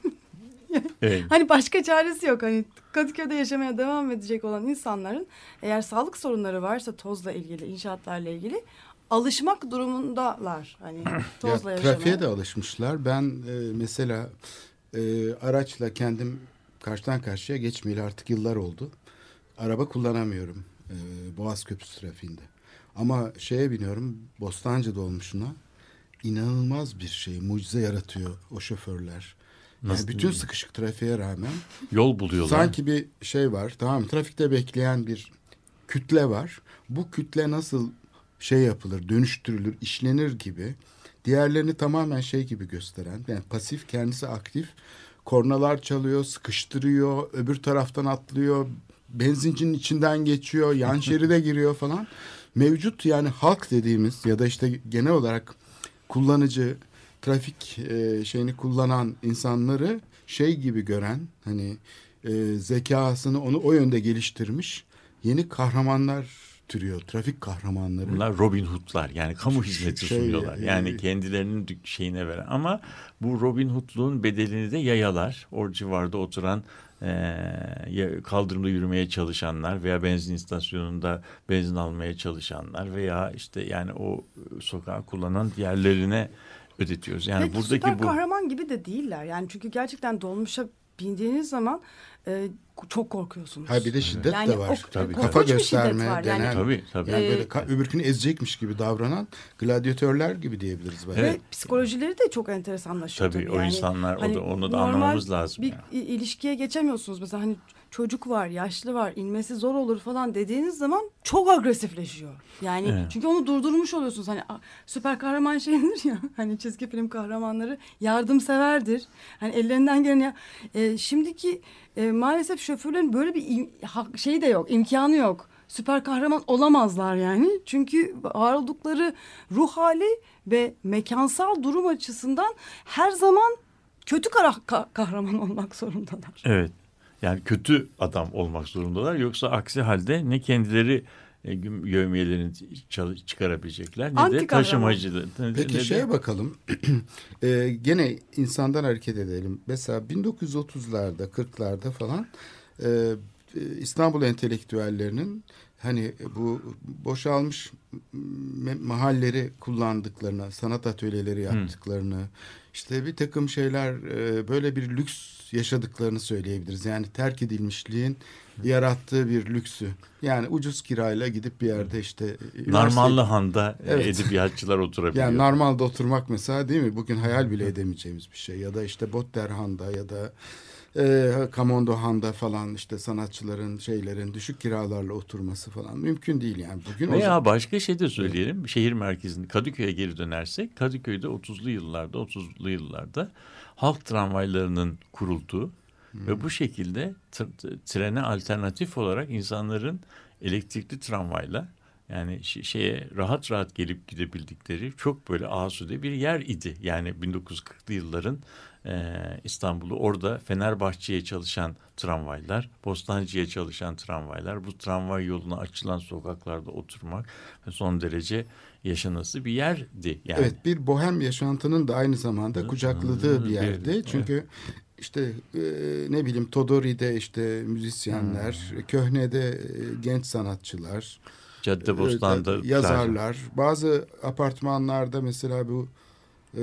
evet. Hani başka çaresi yok. Hani Kadıköy'de yaşamaya devam edecek olan insanların eğer sağlık sorunları varsa tozla ilgili, inşaatlarla ilgili alışmak durumundalar. Hani tozla ya, yaşamaya. trafiğe de alışmışlar. Ben e, mesela e, araçla kendim karşıdan karşıya geçmeyeli artık yıllar oldu. Araba kullanamıyorum e, Boğaz Köprüsü trafiğinde. Ama şeye biniyorum, Bostancı dolmuşuna, inanılmaz bir şey, mucize yaratıyor o şoförler. Yani bütün diyeyim? sıkışık trafiğe rağmen Yol buluyorlar. sanki bir şey var, tamam mı? Trafikte bekleyen bir kütle var. Bu kütle nasıl şey yapılır, dönüştürülür, işlenir gibi. Diğerlerini tamamen şey gibi gösteren, yani pasif, kendisi aktif. Kornalar çalıyor, sıkıştırıyor, öbür taraftan atlıyor, benzincinin içinden geçiyor, yan şeride giriyor falan. Mevcut yani halk dediğimiz ya da işte genel olarak kullanıcı, trafik e, şeyini kullanan insanları şey gibi gören, hani e, zekasını onu o yönde geliştirmiş yeni kahramanlar türüyor, trafik kahramanları. Bunlar Robin Hood'lar, yani kamu hizmeti Şey, sunuyorlar. Yani e, kendilerinin dük- şeyine veren. Ama bu Robin Hood'luğun bedelini de yayalar. O civarda oturan, e, kaldırımda yürümeye çalışanlar veya benzin istasyonunda benzin almaya çalışanlar veya işte yani o sokağı kullanan diğerlerine ödetiyoruz. Yani Peki, buradaki süper bu kahraman gibi de değiller. Yani çünkü gerçekten dolmuşa bindiğiniz zaman e, çok korkuyorsunuz. Ha bir de şiddet Yani de var. o- Tabii, korkunç Kafa bir şiddet gösterme, var. denen. Yani, tabii tabii. Yani böyle Ee, ka- öbürkünü ezecekmiş gibi davranan gladyatörler gibi diyebiliriz belki. Ve Evet. psikolojleri de çok enteresanlaşıyor. Tabii, tabii. o Yani insanlar, o hani da- onu da normal anlamamız lazım bir yani. i- ilişkiye geçemiyorsunuz. Mesela hani çocuk var, yaşlı var, inmesi zor olur falan dediğiniz zaman çok agresifleşiyor. Yani Evet. çünkü onu durdurmuş oluyorsunuz. Hani a, süper kahraman şeydir ya. Hani çizgi film kahramanları yardımseverdir. Hani ellerinden gelen ya. E, şimdiki e, maalesef şoförlerin böyle bir im, hak, şeyi de yok, imkanı yok. Süper kahraman olamazlar yani. Çünkü var oldukları ruh hali ve mekansal durum açısından her zaman kötü kara, ka- kahraman olmak zorundalar. Evet. Yani kötü adam olmak zorundalar. Yoksa aksi halde ne kendileri e, güm- yevmiyelerini çal- çıkarabilecekler ne Anti de kahraman. taşımacılığı. ne- Peki ne de- şeye bakalım. e, gene insandan hareket edelim. Mesela bin dokuz yüz otuzlarda, kırklarda falan e, İstanbul entelektüellerinin hani bu boşalmış me- mahalleri kullandıklarını, sanat atölyeleri yaptıklarını, işte bir takım şeyler e, böyle bir lüks yaşadıklarını söyleyebiliriz. Yani terk edilmişliğin yarattığı bir lüksü. Yani ucuz kirayla gidip bir yerde işte Narmanlı Han'da e, Evet. edebiyatçılar oturabiliyor. yani normalde oturmak mesela, değil mi? Bugün hayal bile edemeyeceğimiz bir şey. Ya da işte Botterhan'da ya da e, Kamondo Han'da falan işte sanatçıların, şeylerin düşük kiralarla oturması falan mümkün değil yani. Bugün o Veya zaman- başka şey de söyleyelim. Şehir merkezinde Kadıköy'e geri dönersek, Kadıköy'de otuzlu yıllarda, otuzlu yıllarda halk tramvaylarının kurulduğu ve bu şekilde t- t- trene alternatif olarak insanların elektrikli tramvayla Yani şeye rahat rahat gelip gidebildikleri çok böyle asude bir yer idi. Yani bin dokuz yüz kırklı yılların e, İstanbul'u, orada Fenerbahçe'ye çalışan tramvaylar, Bostancı'ya çalışan tramvaylar, bu tramvay yoluna açılan sokaklarda oturmak son derece yaşanası bir yerdi. Yani. Evet, bir bohem yaşantının da aynı zamanda kucakladığı bir yerdi. Evet. Çünkü işte e, ne bileyim Todori'de işte müzisyenler, hmm. Köhne'de e, genç sanatçılar, Caddebostan'da e, yazarlar, plajım. Bazı apartmanlarda mesela bu e,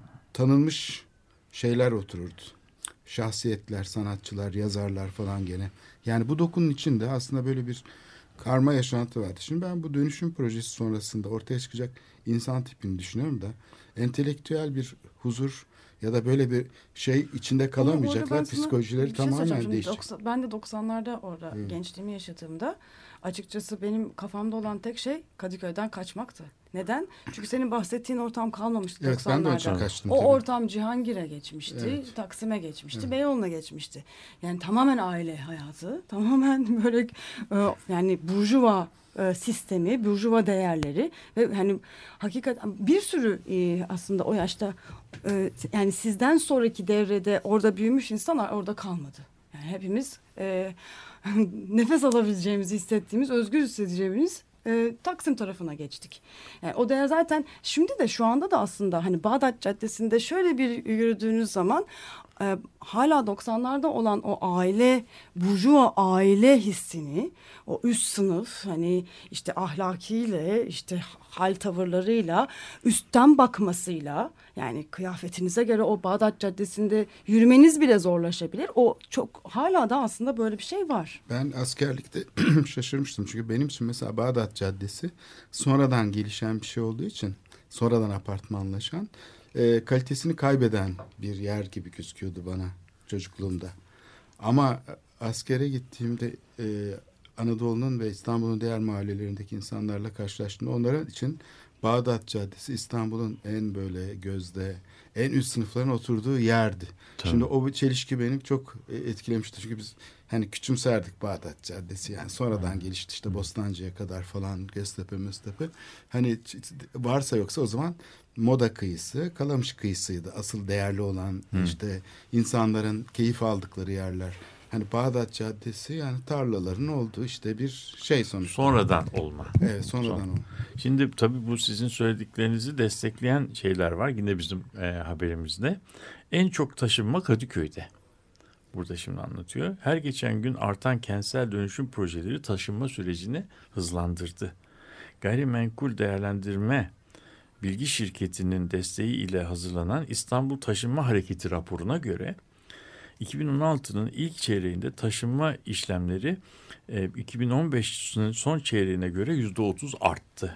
tanınmış şeyler otururdu. Şahsiyetler, sanatçılar, yazarlar falan gene. Yani bu dokunun içinde aslında böyle bir karma yaşantı vardı. Şimdi ben bu dönüşüm projesi sonrasında ortaya çıkacak insan tipini düşünüyorum da entelektüel bir huzur ya da böyle bir şey içinde kalamayacaklar, psikolojileri şey tamamen değişecek. Ben de doksanlarda orada hmm. gençliğimi yaşadığımda açıkçası benim kafamda olan tek şey Kadıköy'den kaçmaktı. Neden? Çünkü senin bahsettiğin ortam kalmamıştı evet, doksanlarda. Ben de o, kaçtım, o tabii. ortam Cihangir'e geçmişti, evet. Taksim'e geçmişti, evet. Beyoğlu'na geçmişti. Yani tamamen aile hayatı, tamamen böyle yani burjuva sistemi, burjuva değerleri ve hani hakikaten bir sürü aslında o yaşta yani sizden sonraki devrede orada büyümüş insanlar orada kalmadı. Yani hepimiz e, nefes alabileceğimizi hissettiğimiz, özgür hissedeceğimiz e, Taksim tarafına geçtik. Yani o değer zaten şimdi de şu anda da aslında hani Bağdat Caddesi'nde şöyle bir yürüdüğünüz zaman e, hala doksanlarda olan o aile, burjuva aile hissini, o üst sınıf hani işte ahlakiyle, işte hal tavırlarıyla, üstten bakmasıyla yani kıyafetinize göre o Bağdat Caddesi'nde yürümeniz bile zorlaşabilir. O çok hala da aslında böyle bir şey var. Ben askerlikte şaşırmıştım çünkü benim için mesela Bağdat Caddesi sonradan gelişen bir şey olduğu için sonradan apartmanlaşan e, kalitesini kaybeden bir yer gibi gözüküyordu bana çocukluğumda. Ama askere gittiğimde e, Anadolu'nun ve İstanbul'un diğer mahallelerindeki insanlarla karşılaştığımda onların için Bağdat Caddesi İstanbul'un en böyle gözde, en üst sınıfların oturduğu yerdi. Tabii. Şimdi o çelişki beni çok etkilemişti. Çünkü biz hani küçümserdik Bağdat Caddesi yani sonradan gelişti işte Bostancı'ya kadar falan Göztepe, Möstepe. Hani varsa yoksa o zaman Moda kıyısı, Kalamış kıyısıydı. Asıl değerli olan Hı. işte insanların keyif aldıkları yerler. Hani Bağdat Caddesi yani tarlaların olduğu işte bir şey sonuçta. Sonradan olma. Evet sonradan Son. olma. Şimdi tabii bu sizin söylediklerinizi destekleyen şeyler var. Yine bizim e, haberimizde. En çok taşınma Kadıköy'de. Burada şimdi anlatıyor. Her geçen gün artan kentsel dönüşüm projeleri taşınma sürecini hızlandırdı. Gayrimenkul Değerlendirme Bilgi Şirketi'nin desteği ile hazırlanan İstanbul Taşınma Hareketi raporuna göre iki bin on altının ilk çeyreğinde taşınma işlemleri iki bin on beşin son çeyreğine göre yüzde otuz arttı.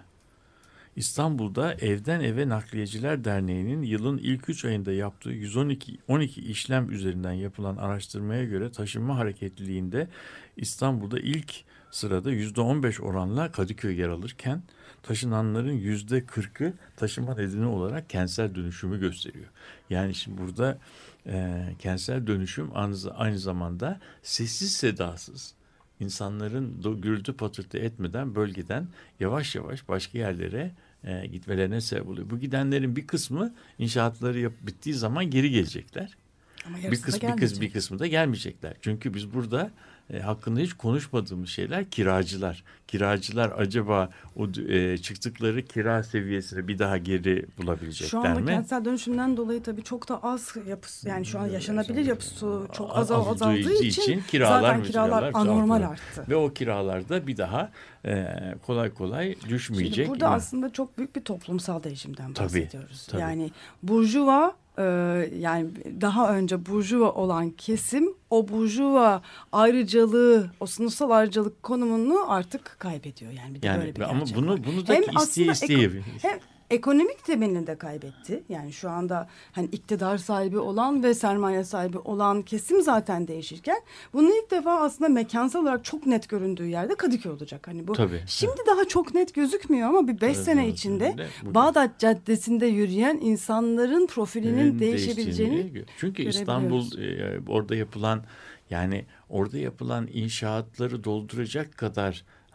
İstanbul'da Evden Eve Nakliyeciler Derneği'nin yılın ilk üç ayında yaptığı yüz on iki on iki işlem üzerinden yapılan araştırmaya göre taşınma hareketliliğinde İstanbul'da ilk sırada yüzde on beş oranla Kadıköy yer alırken taşınanların yüzde kırkı taşınma nedeni olarak kentsel dönüşümü gösteriyor. Yani şimdi burada e, kentsel dönüşüm aynı, aynı zamanda sessiz sedasız insanların do, gürültü patırtı etmeden bölgeden yavaş yavaş başka yerlere e, gitmelerine sebep oluyor. Bu gidenlerin bir kısmı inşaatları yap, bittiği zaman geri gelecekler. Ama bir kısmı bir kısmı bir kısmı da gelmeyecekler. Çünkü biz burada e, hakkında hiç konuşmadığımız şeyler kiracılar. Kiracılar acaba o e, çıktıkları kira seviyesine bir daha geri bulabilecekler şu anda mi? Kentsel dönüşümden dolayı tabii çok da az yapısı yani şu an yaşanabilir yapısı çok az azaldığı azaldığı için, için kiralar zaten kiralar anormal arttı. Ve o kiralarda bir daha e, kolay kolay düşmeyecek. Şimdi burada mi? aslında çok büyük bir toplumsal değişimden bahsediyoruz. Tabii, tabii. Yani burjuva e, yani daha önce burjuva olan kesim o burjuva ayrıcalığı, o sınıfsal ayrıcalık konumunu artık kaybediyor. Yani bir de yani, böyle bir ama bunu var. bunu da isteye isteye. Hem ekonomik temelini de kaybetti. Yani şu anda hani iktidar sahibi olan ve sermaye sahibi olan kesim zaten değişirken bunun ilk defa aslında mekansal olarak çok net göründüğü yerde Kadıköy olacak. Hani bu Tabii, şimdi tabii. daha çok net gözükmüyor ama bir beş sene içinde Bağdat Caddesi'nde yürüyen insanların profilinin değişebileceğini çünkü İstanbul e, orada yapılan yani orada yapılan inşaatları dolduracak kadar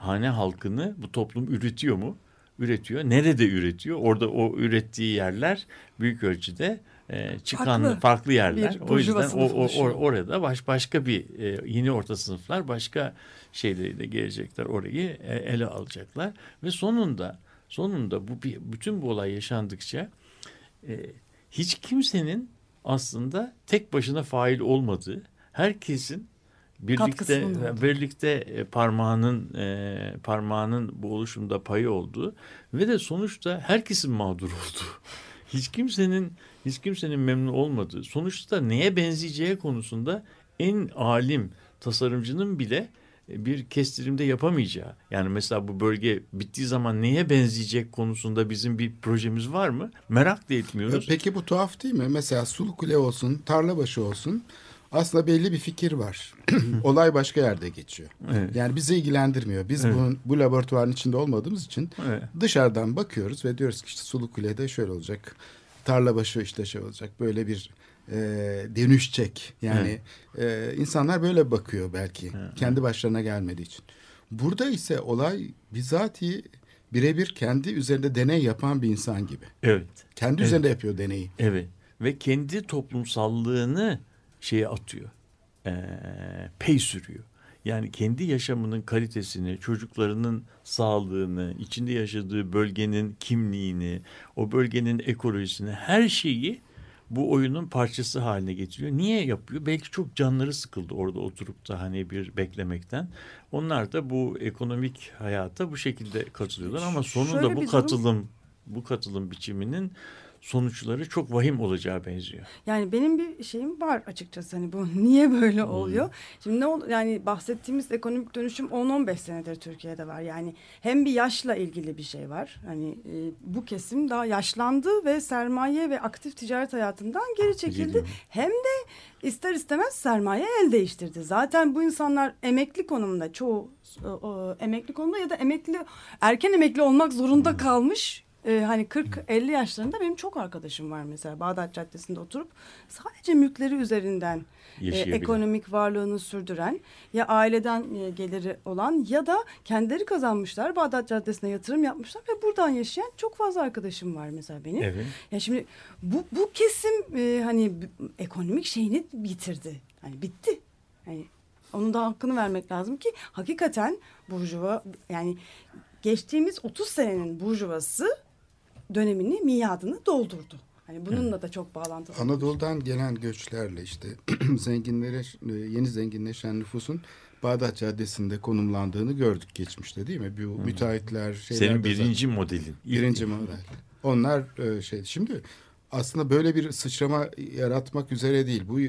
hane halkını bu toplum üretiyor mu? Üretiyor. Nerede üretiyor? Orada o ürettiği yerler büyük ölçüde e, çıkan farklı, farklı yerler. O yüzden o, o, o orada baş başka bir e, yeni orta sınıflar başka şeyleriyle gelecekler. Orayı e, ele alacaklar ve sonunda sonunda bu bütün bu olay yaşandıkça e, hiç kimsenin aslında tek başına fail olmadığı, herkesin birlikte birlikte parmağının e, parmağının bu oluşumda payı olduğu ve de sonuçta herkesin mağdur olduğu, hiç kimsenin hiç kimsenin memnun olmadığı, sonuçta neye benzeyeceği konusunda en alim tasarımcının bile bir kestirimde yapamayacağı. Yani mesela bu bölge bittiği zaman neye benzeyecek konusunda bizim bir projemiz var mı? Merak da etmiyoruz. Peki bu tuhaf değil mi? Mesela Sulukule olsun, Tarlabaşı olsun. Aslında belli bir fikir var. Olay başka yerde geçiyor. Evet. Yani bizi ilgilendirmiyor. Biz evet. bunun, bu laboratuvarın içinde olmadığımız için evet. dışarıdan bakıyoruz ve diyoruz ki işte Sulukule'de şöyle olacak. Tarlabaşı işte şey olacak. Böyle bir e, dönüşecek. Yani evet. e, insanlar böyle bakıyor belki. Evet. Kendi başlarına gelmediği için. Burada ise olay bizatihi birebir kendi üzerinde deney yapan bir insan gibi. Evet. Kendi evet. üzerinde yapıyor deneyi. Evet. Ve kendi toplumsallığını şeye atıyor. E, pey sürüyor. Yani kendi yaşamının kalitesini, çocuklarının sağlığını, içinde yaşadığı bölgenin kimliğini, o bölgenin ekolojisini, her şeyi bu oyunun parçası haline getiriyor. Niye yapıyor? Belki çok canları sıkıldı orada oturup da hani bir beklemekten. Onlar da bu ekonomik hayata bu şekilde katılıyorlar ama sonunda bu katılım durum... bu katılım biçiminin sonuçları çok vahim olacağı benziyor. Yani benim bir şeyim var açıkçası, hani bu niye böyle oluyor? Hmm. Şimdi ne oldu? Yani bahsettiğimiz ekonomik dönüşüm on on beş senedir Türkiye'de var. Yani hem bir yaşla ilgili bir şey var. Hani e, bu kesim daha yaşlandı ve sermaye ve aktif ticaret hayatından geri çekildi. Gidiyor. Hem de ister istemez sermaye el değiştirdi. Zaten bu insanlar emekli konumunda, çoğu o, o, emekli konumda ya da emekli erken emekli olmak zorunda hmm. kalmış. Ee, hani kırk elli yaşlarında benim çok arkadaşım var mesela Bağdat Caddesi'nde oturup sadece mülkleri üzerinden e, ekonomik varlığını sürdüren, ya aileden e, geliri olan ya da kendileri kazanmışlar, Bağdat Caddesi'ne yatırım yapmışlar ve buradan yaşayan çok fazla arkadaşım var mesela benim. Evet. Ya şimdi bu bu kesim e, hani ekonomik şeyini bitirdi. Hani bitti. Hani onun da hakkını vermek lazım ki hakikaten burjuva, yani geçtiğimiz otuz senenin burjuvası dönemini, miadını doldurdu. Hani bununla evet. da çok bağlantılı. Anadolu'dan gelen göçlerle işte zenginlere, yeni zenginleşen nüfusun Bağdat Caddesi'nde konumlandığını gördük geçmişte, değil mi? Bu hmm. müteahhitler şeyler. Senin birinci zaten, modelin. Birinci model. Onlar şey şimdi aslında böyle bir sıçrama yaratmak üzere değil. Bu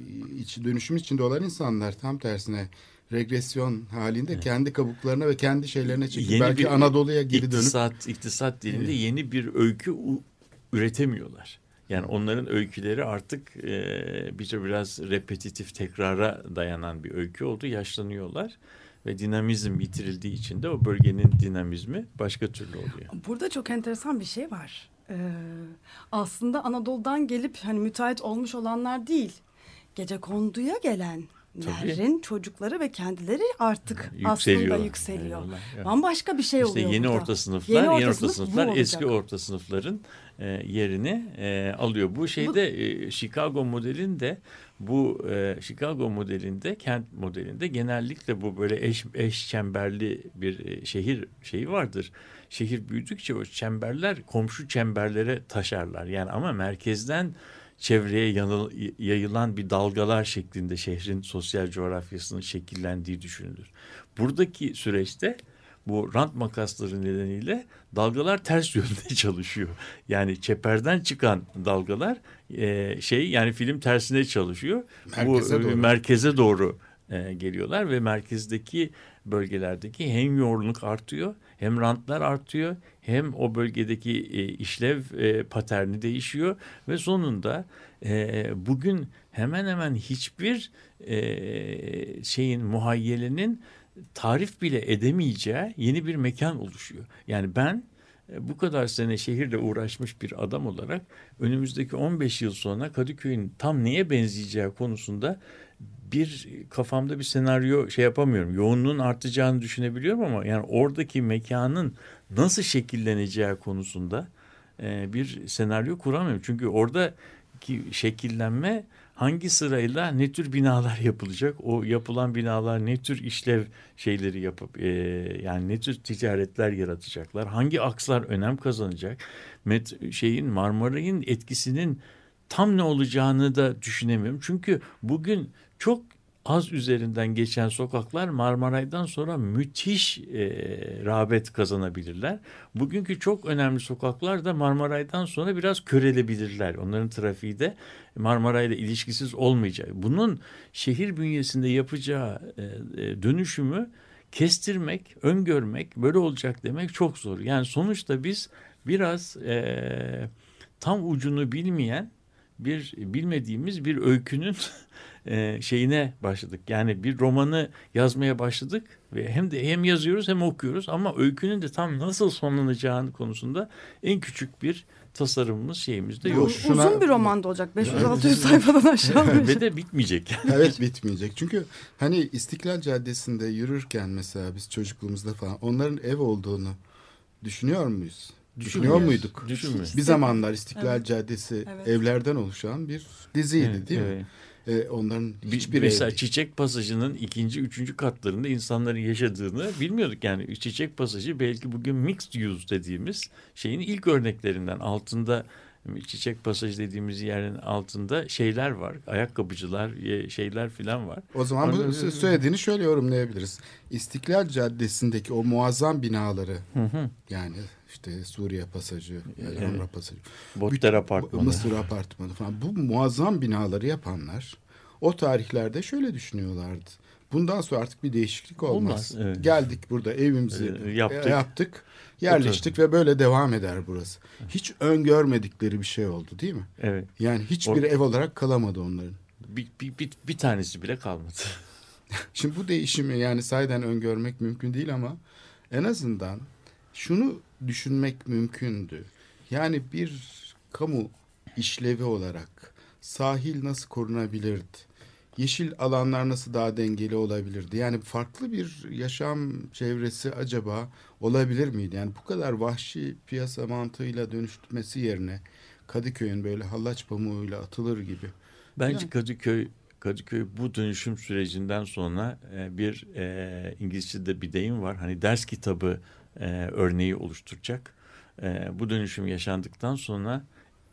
iç, dönüşüm içinde olan insanlar tam tersine regresyon halinde evet. kendi kabuklarına ve kendi şeylerine çekip belki Anadolu'ya geri iktisat, dönüp iktisat dilinde evet. yeni bir öykü üretemiyorlar. Yani onların öyküleri artık e, bir biraz repetitif, tekrara dayanan bir öykü oldu. Yaşlanıyorlar ve dinamizm yitirildiği için de o bölgenin dinamizmi başka türlü oluyor. Burada çok enteresan bir şey var. Ee, aslında Anadolu'dan gelip hani müteahhit olmuş olanlar değil, gecekonduya gelen Lerin çocukları ve kendileri artık aslında yükseliyor. Yani, bambaşka bir şey işte oluyor. Yeni burada. orta sınıflar, yeni orta, yeni orta sınıf sınıflar eski orta sınıfların e, yerini e, alıyor. Bu şeyde bu, e, Chicago modelinde bu e, Chicago modelinde, kent modelinde genellikle bu böyle eş eş çemberli bir e, şehir şeyi vardır. Şehir büyüdükçe o çemberler komşu çemberlere taşarlar. Yani ama merkezden çevreye yanıl, yayılan bir dalgalar şeklinde şehrin sosyal coğrafyasının şekillendiği düşünülür. Buradaki süreçte bu rant makasları nedeniyle dalgalar ters yönde çalışıyor. Yani çeperden çıkan dalgalar e, şey yani film tersine çalışıyor. Merkeze bu doğru. merkeze doğru e, geliyorlar ve merkezdeki bölgelerdeki hem yoğunluk artıyor, hem rantlar artıyor, hem o bölgedeki e, işlev e, paterni değişiyor ve sonunda e, bugün hemen hemen hiçbir e, şeyin muhayyelenin tarif bile edemeyeceği yeni bir mekan oluşuyor. Yani ben e, bu kadar sene şehirle uğraşmış bir adam olarak önümüzdeki on beş yıl sonra Kadıköy'ün tam neye benzeyeceği konusunda bir kafamda bir senaryo şey yapamıyorum. Yoğunluğun artacağını düşünebiliyorum ama yani oradaki mekanın nasıl şekilleneceği konusunda e, bir senaryo kuramıyorum. Çünkü oradaki şekillenme hangi sırayla ne tür binalar yapılacak? O yapılan binalar ne tür işlev şeyleri yapıp e, yani ne tür ticaretler yaratacaklar? Hangi akslar önem kazanacak? Met şeyin Marmaray'ın etkisinin tam ne olacağını da düşünemiyorum. Çünkü bugün çok az üzerinden geçen sokaklar Marmaray'dan sonra müthiş e, rağbet kazanabilirler. Bugünkü çok önemli sokaklar da Marmaray'dan sonra biraz körelebilirler. Onların trafiği de Marmaray'la ilişkisiz olmayacak. Bunun şehir bünyesinde yapacağı e, e, dönüşümü kestirmek, öngörmek, böyle olacak demek çok zor. Yani sonuçta biz biraz e, tam ucunu bilmeyen, bir bilmediğimiz bir öykünün e, şeyine başladık. Yani bir romanı yazmaya başladık ve hem de hem yazıyoruz hem okuyoruz ama öykünün de tam nasıl sonlanacağını konusunda en küçük bir tasarımımız şeyimiz de yok. Şuna- Uzun bir roman da olacak. beş yüz altı yüz sayfadan aşağı. Ve de bitmeyecek. Evet, bitmeyecek. Çünkü hani İstiklal Caddesi'nde yürürken mesela biz çocukluğumuzda falan onların ev olduğunu düşünüyor muyuz? Düşünüyor muyduk? Düşünmüyoruz. Bir zamanlar İstiklal Evet. Caddesi Evet. evlerden oluşan bir diziydi, Evet, değil mi? evet. Ee, onların Bir, hiçbir mesela evi. Çiçek Pasajı'nın ikinci, üçüncü katlarında insanların yaşadığını bilmiyorduk. Yani Çiçek Pasajı belki bugün mixed use dediğimiz şeyin ilk örneklerinden. Altında Çiçek Pasajı dediğimiz yerin altında şeyler var. Ayakkabıcılar, şeyler filan var. O zaman bu Orada- söylediğini şöyle yorumlayabiliriz. İstiklal Caddesi'ndeki o muazzam binaları, Hı hı. yani işte Suriye Pasajı, Evet. Elhamra Pasajı, Botler Apartmanı. Mısır Apartmanı falan, bu muazzam binaları yapanlar o tarihlerde şöyle düşünüyorlardı. Bundan sonra artık bir değişiklik olmaz. Olmaz, evet. Geldik burada evimizi Ee, yaptık. e, yaptık, yerleştik ve böyle devam eder burası. Hiç öngörmedikleri bir şey oldu, değil mi? Evet. Yani hiçbir O- ev olarak kalamadı onların. Bir, bir, bir, bir tanesi bile kalmadı. Şimdi bu değişimi yani sahiden öngörmek mümkün değil ama en azından şunu düşünmek mümkündü. Yani bir kamu işlevi olarak sahil nasıl korunabilirdi? Yeşil alanlar nasıl daha dengeli olabilirdi? Yani farklı bir yaşam çevresi acaba olabilir miydi? Yani bu kadar vahşi piyasa mantığıyla dönüştürmesi yerine Kadıköy'ün böyle hallaç pamuğuyla atılır gibi. Bence Yani- Kadıköy Kadıköy bu dönüşüm sürecinden sonra e, bir e, İngilizce'de bir deyim var. Hani ders kitabı e, örneği oluşturacak. E, bu dönüşüm yaşandıktan sonra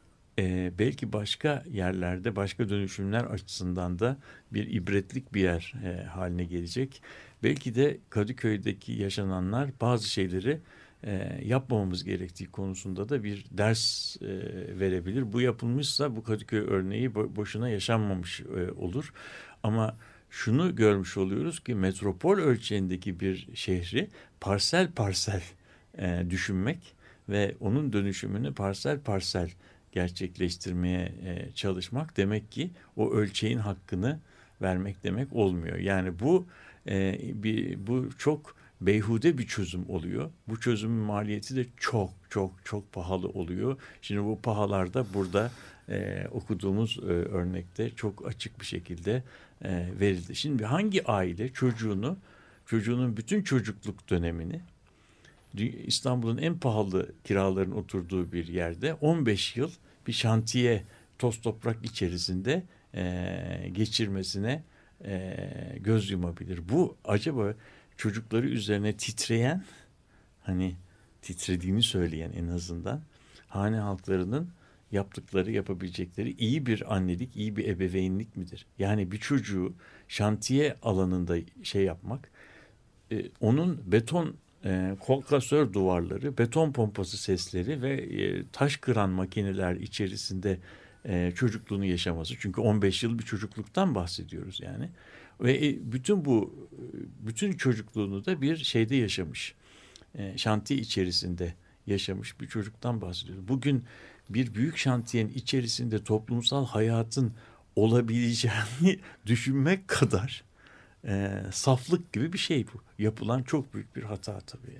e, belki başka yerlerde başka dönüşümler açısından da bir ibretlik bir yer e, haline gelecek. Belki de Kadıköy'deki yaşananlar bazı şeyleri e, yapmamamız gerektiği konusunda da bir ders e, verebilir. Bu yapılmışsa bu Kadıköy örneği bo- boşuna yaşanmamış e, olur. Ama şunu görmüş oluyoruz ki metropol ölçeğindeki bir şehri parsel parsel e, düşünmek ve onun dönüşümünü parsel parsel gerçekleştirmeye e, çalışmak demek ki o ölçeğin hakkını vermek demek olmuyor. Yani bu e, bir bu çok beyhude bir çözüm oluyor. Bu çözümün maliyeti de çok çok çok pahalı oluyor. Şimdi bu pahalar da burada e, okuduğumuz e, örnekte çok açık bir şekilde e, verildi. Şimdi hangi aile çocuğunu çocuğunun bütün çocukluk dönemini İstanbul'un en pahalı kiraların oturduğu bir yerde on beş yıl bir şantiye toz toprak içerisinde e, geçirmesine e, göz yumabilir. Bu acaba çocukları üzerine titreyen, hani titrediğini söyleyen en azından hane halklarının yaptıkları, yapabilecekleri iyi bir annelik, iyi bir ebeveynlik midir? Yani bir çocuğu şantiye alanında şey yapmak, e, onun beton e, kolkasör duvarları, beton pompası sesleri ve e, taş kıran makineler içerisinde e, çocukluğunu yaşaması. Çünkü on beş yıl bir çocukluktan bahsediyoruz yani. Ve e, bütün bu, bütün çocukluğunu da bir şeyde yaşamış. E, şantiye içerisinde yaşamış bir çocuktan bahsediyoruz. Bugün bir büyük şantiyenin içerisinde toplumsal hayatın olabileceğini düşünmek kadar e, saflık gibi bir şey bu. Yapılan çok büyük bir hata tabii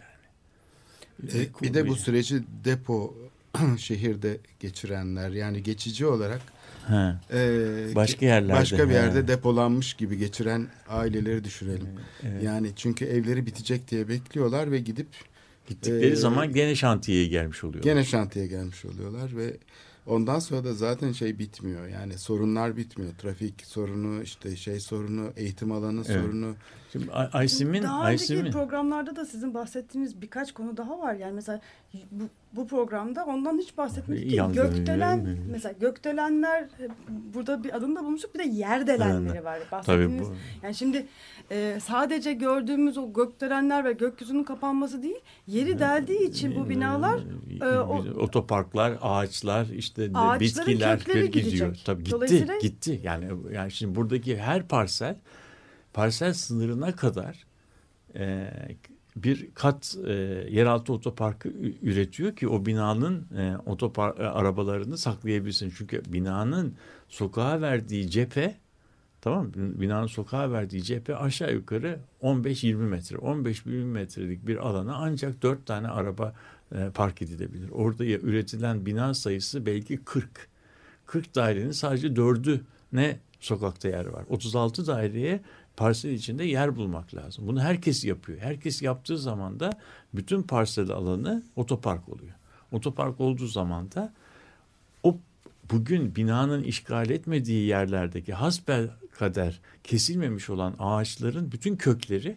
yani. E, bir de bu süreci depo şehirde geçirenler, yani geçici olarak Ha. e, Başka yerlerde. başka bir yerde Ha. depolanmış gibi geçiren aileleri düşünelim. Evet. Yani çünkü evleri bitecek diye bekliyorlar ve gidip Gittikleri Ee, zaman gene şantiyeye gelmiş oluyor. gene şantiye gelmiş oluyorlar ve ondan sonra da zaten şey bitmiyor. Yani sorunlar bitmiyor. Trafik sorunu, işte şey sorunu, eğitim alanı Evet. sorunu. Şimdi Ay- Aysim'in Daha önceki Aysim'in programlarda da sizin bahsettiğiniz birkaç konu daha var. Yani mesela bu, bu programda ondan hiç bahsetmedik ki. Yangın, Gökdelen, yani. mesela gökdelenler, e, burada bir adını da bulmuştuk. Bir de yerdelenleri var. Tabii Bahsettiğiniz. bu. Yani şimdi e, sadece gördüğümüz o gökdelenler ve gökyüzünün kapanması değil, yeri deldiği için bu binalar e, o, otoparklar, ağaçlar, işte Ağaçların bitkiler kökleri gidiyor. gidecek. Tabii gitti, Dolayısıyla- gitti. Yani yani şimdi buradaki her parsel parsel sınırına kadar e, bir kat e, yeraltı otoparkı ü- üretiyor ki o binanın e, otopar e, arabalarını saklayabilsin. Çünkü binanın sokağa verdiği cephe, tamam mı? Binanın sokağa verdiği cephe aşağı yukarı on beş yirmi metre. on beş yirmi metrelik bir alana ancak dört tane araba e, park edilebilir. Orada ya, üretilen bina sayısı belki kırk. kırk dairenin sadece dördü ne sokakta yer var. otuz altı daireye parsel içinde yer bulmak lazım. Bunu herkes yapıyor. Herkes yaptığı zaman da bütün parsel alanı otopark oluyor. Otopark olduğu zaman da o bugün binanın işgal etmediği yerlerdeki hasbelkader kesilmemiş olan ağaçların bütün kökleri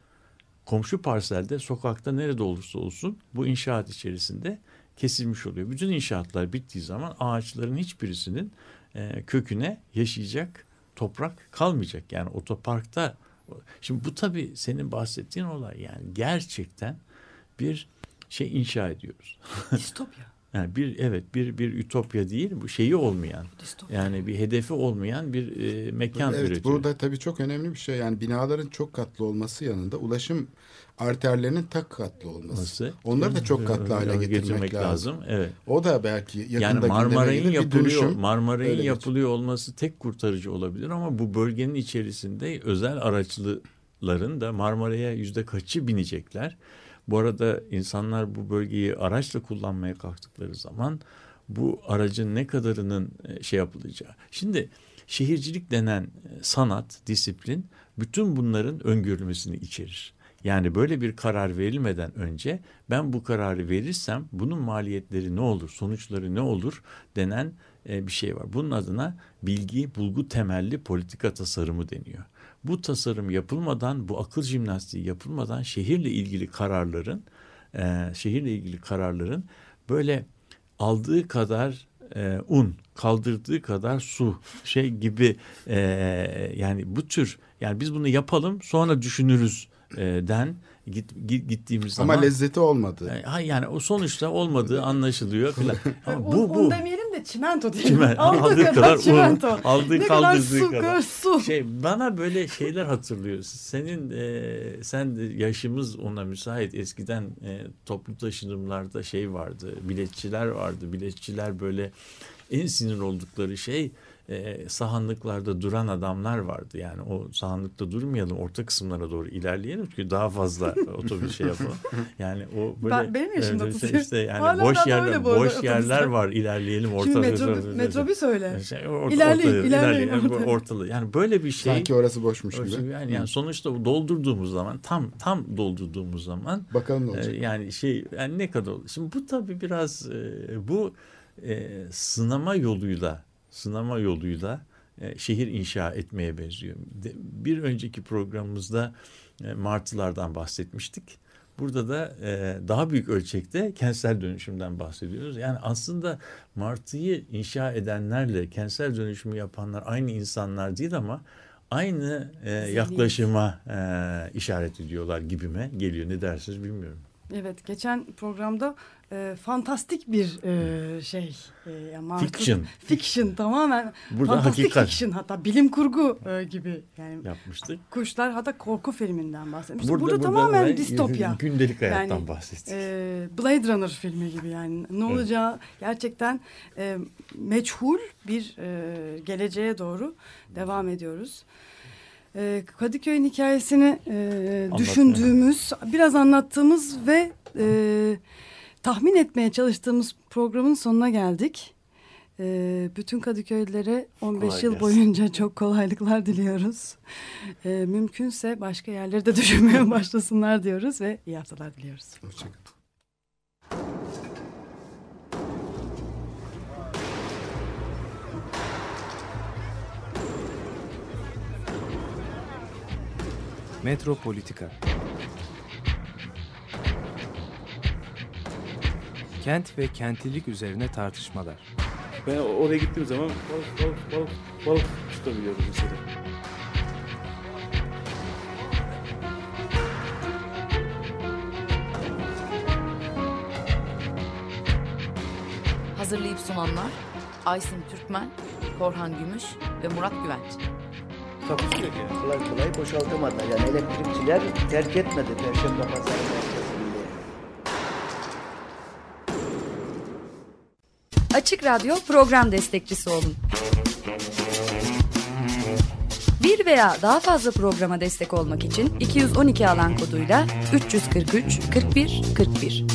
komşu parselde, sokakta nerede olursa olsun bu inşaat içerisinde kesilmiş oluyor. Bütün inşaatlar bittiği zaman ağaçların hiçbirisinin e, köküne yaşayacak toprak kalmayacak. Yani otoparkta. Şimdi bu tabii senin bahsettiğin olay, yani gerçekten bir şey inşa ediyoruz. distopya. Yani bir evet bir bir ütopya değil, bu şeyi olmayan, Distopya. yani bir hedefi olmayan bir e, mekan Evet, üretiyor. burada tabii çok önemli bir şey. Yani binaların çok katlı olması yanında ulaşım arterlerinin tek katlı olması. Nasıl? Onları da çok katlı hale getirmek, lazım. Evet. O da belki yakında Yani gündeme Marmaray'ın gelir, bir yapılıyor, dönüşüm. Marmaray'ın öyle yapılıyor olması tek kurtarıcı olabilir ama bu bölgenin içerisinde özel araçlıların da Marmaray'a yüzde kaçı binecekler? Bu arada insanlar bu bölgeyi araçla kullanmaya kalktıkları zaman bu aracın ne kadarının şey yapılacağı. Şimdi şehircilik denen sanat, disiplin bütün bunların öngörülmesini içerir. Yani böyle bir karar verilmeden önce ben bu kararı verirsem bunun maliyetleri ne olur, sonuçları ne olur denen bir şey var. Bunun adına bilgi, bulgu temelli politika tasarımı deniyor. Bu tasarım yapılmadan, bu akıl jimnastiği yapılmadan şehirle ilgili kararların, e, şehirle ilgili kararların böyle aldığı kadar e, un, kaldırdığı kadar su şey gibi e, yani bu tür, yani biz bunu yapalım sonra düşünürüz e, den git, git, gittiğimiz Ama zaman. Ama lezzeti olmadı. Yani, yani o sonuçta olmadığı anlaşılıyor filan. Ama bu un, bu. un demeyelim de çimento diyelim. Çimen, Aldığı, aldığı kadar, kadar çimento. un, aldığı ne kadar kaldırdığı su, kadar. su. Şey bana böyle şeyler hatırlıyor. Senin e, sen de yaşımız ona müsait. Eskiden e, toplu taşınımlarda şey vardı. Biletçiler vardı. Biletçiler böyle en sinir oldukları şey e, sahanlıklarda duran adamlar vardı. Yani o sahanlıkta durmayalım, orta kısımlara doğru ilerleyelim çünkü daha fazla otobüs şey yapalım. Yani o böyle Ben, benim yaşımda e, tutuyor. işte yani Hala boş daha yerler öyle bu arada boş otobüsler. yerler var, ilerleyelim orta. Şimdi metrobüs, metrobüs öyle. Şey, orta, İlerleyin, orta, ilerleyin, ilerleyin, orta. ortalığı. Yani böyle bir şey. Sanki orası boşmuş gibi. Yani, yani sonuçta doldurduğumuz zaman, tam tam doldurduğumuz zaman bakalım ne olacak. E, yani şey yani ne kadar olur. Şimdi bu tabii biraz e, bu e, sınama yoluyla sınama yoluyla e, şehir inşa etmeye benziyor. De, bir önceki programımızda e, martılardan bahsetmiştik. Burada da e, daha büyük ölçekte kentsel dönüşümden bahsediyoruz. Yani aslında martıyı inşa edenlerle kentsel dönüşümü yapanlar aynı insanlar değil ama aynı e, yaklaşıma e, işaret ediyorlar gibime geliyor. Ne dersiniz bilmiyorum. Evet, geçen programda e, fantastik bir e, şey. E, yani fiction. Fiction tamamen. Burada fantastik hakikat. fiction, hatta bilim kurgu e, gibi. Yani yapmıştık. Kuşlar, hatta korku filminden bahsetmiştik. Burada, burada, burada tamamen distopya. Gündelik hayattan yani, bahsettik. E, Blade Runner filmi gibi yani. Ne olacağı evet. gerçekten e, meçhul bir e, geleceğe doğru devam ediyoruz. Kadıköy'ün hikayesini e, düşündüğümüz, biraz anlattığımız ve e, tahmin etmeye çalıştığımız programın sonuna geldik. Ee, bütün Kadıköylülere on beş Kolay yıl gelsin. boyunca çok kolaylıklar diliyoruz. Ee, mümkünse başka yerleri de düşünmeye başlasınlar diyoruz ve iyi haftalar diliyoruz. Hoşçakalın. Metropolitika. Kent ve kentlilik üzerine tartışmalar. Ben oraya gittiğim zaman balık balık balık balık tutabiliyorum mesela. Hazırlayıp sunanlar Aysin Türkmen, Korhan Gümüş ve Murat Güvenç. Takusu yok yani. Kolay kolay boşaltamadılar. Yani elektrikçiler terk etmedi Perşembe Pazarı merkezinde. Açık Radyo program destekçisi olun. Bir veya daha fazla programa destek olmak için iki yüz on iki alan koduyla üç yüz kırk üç kırk bir kırk bir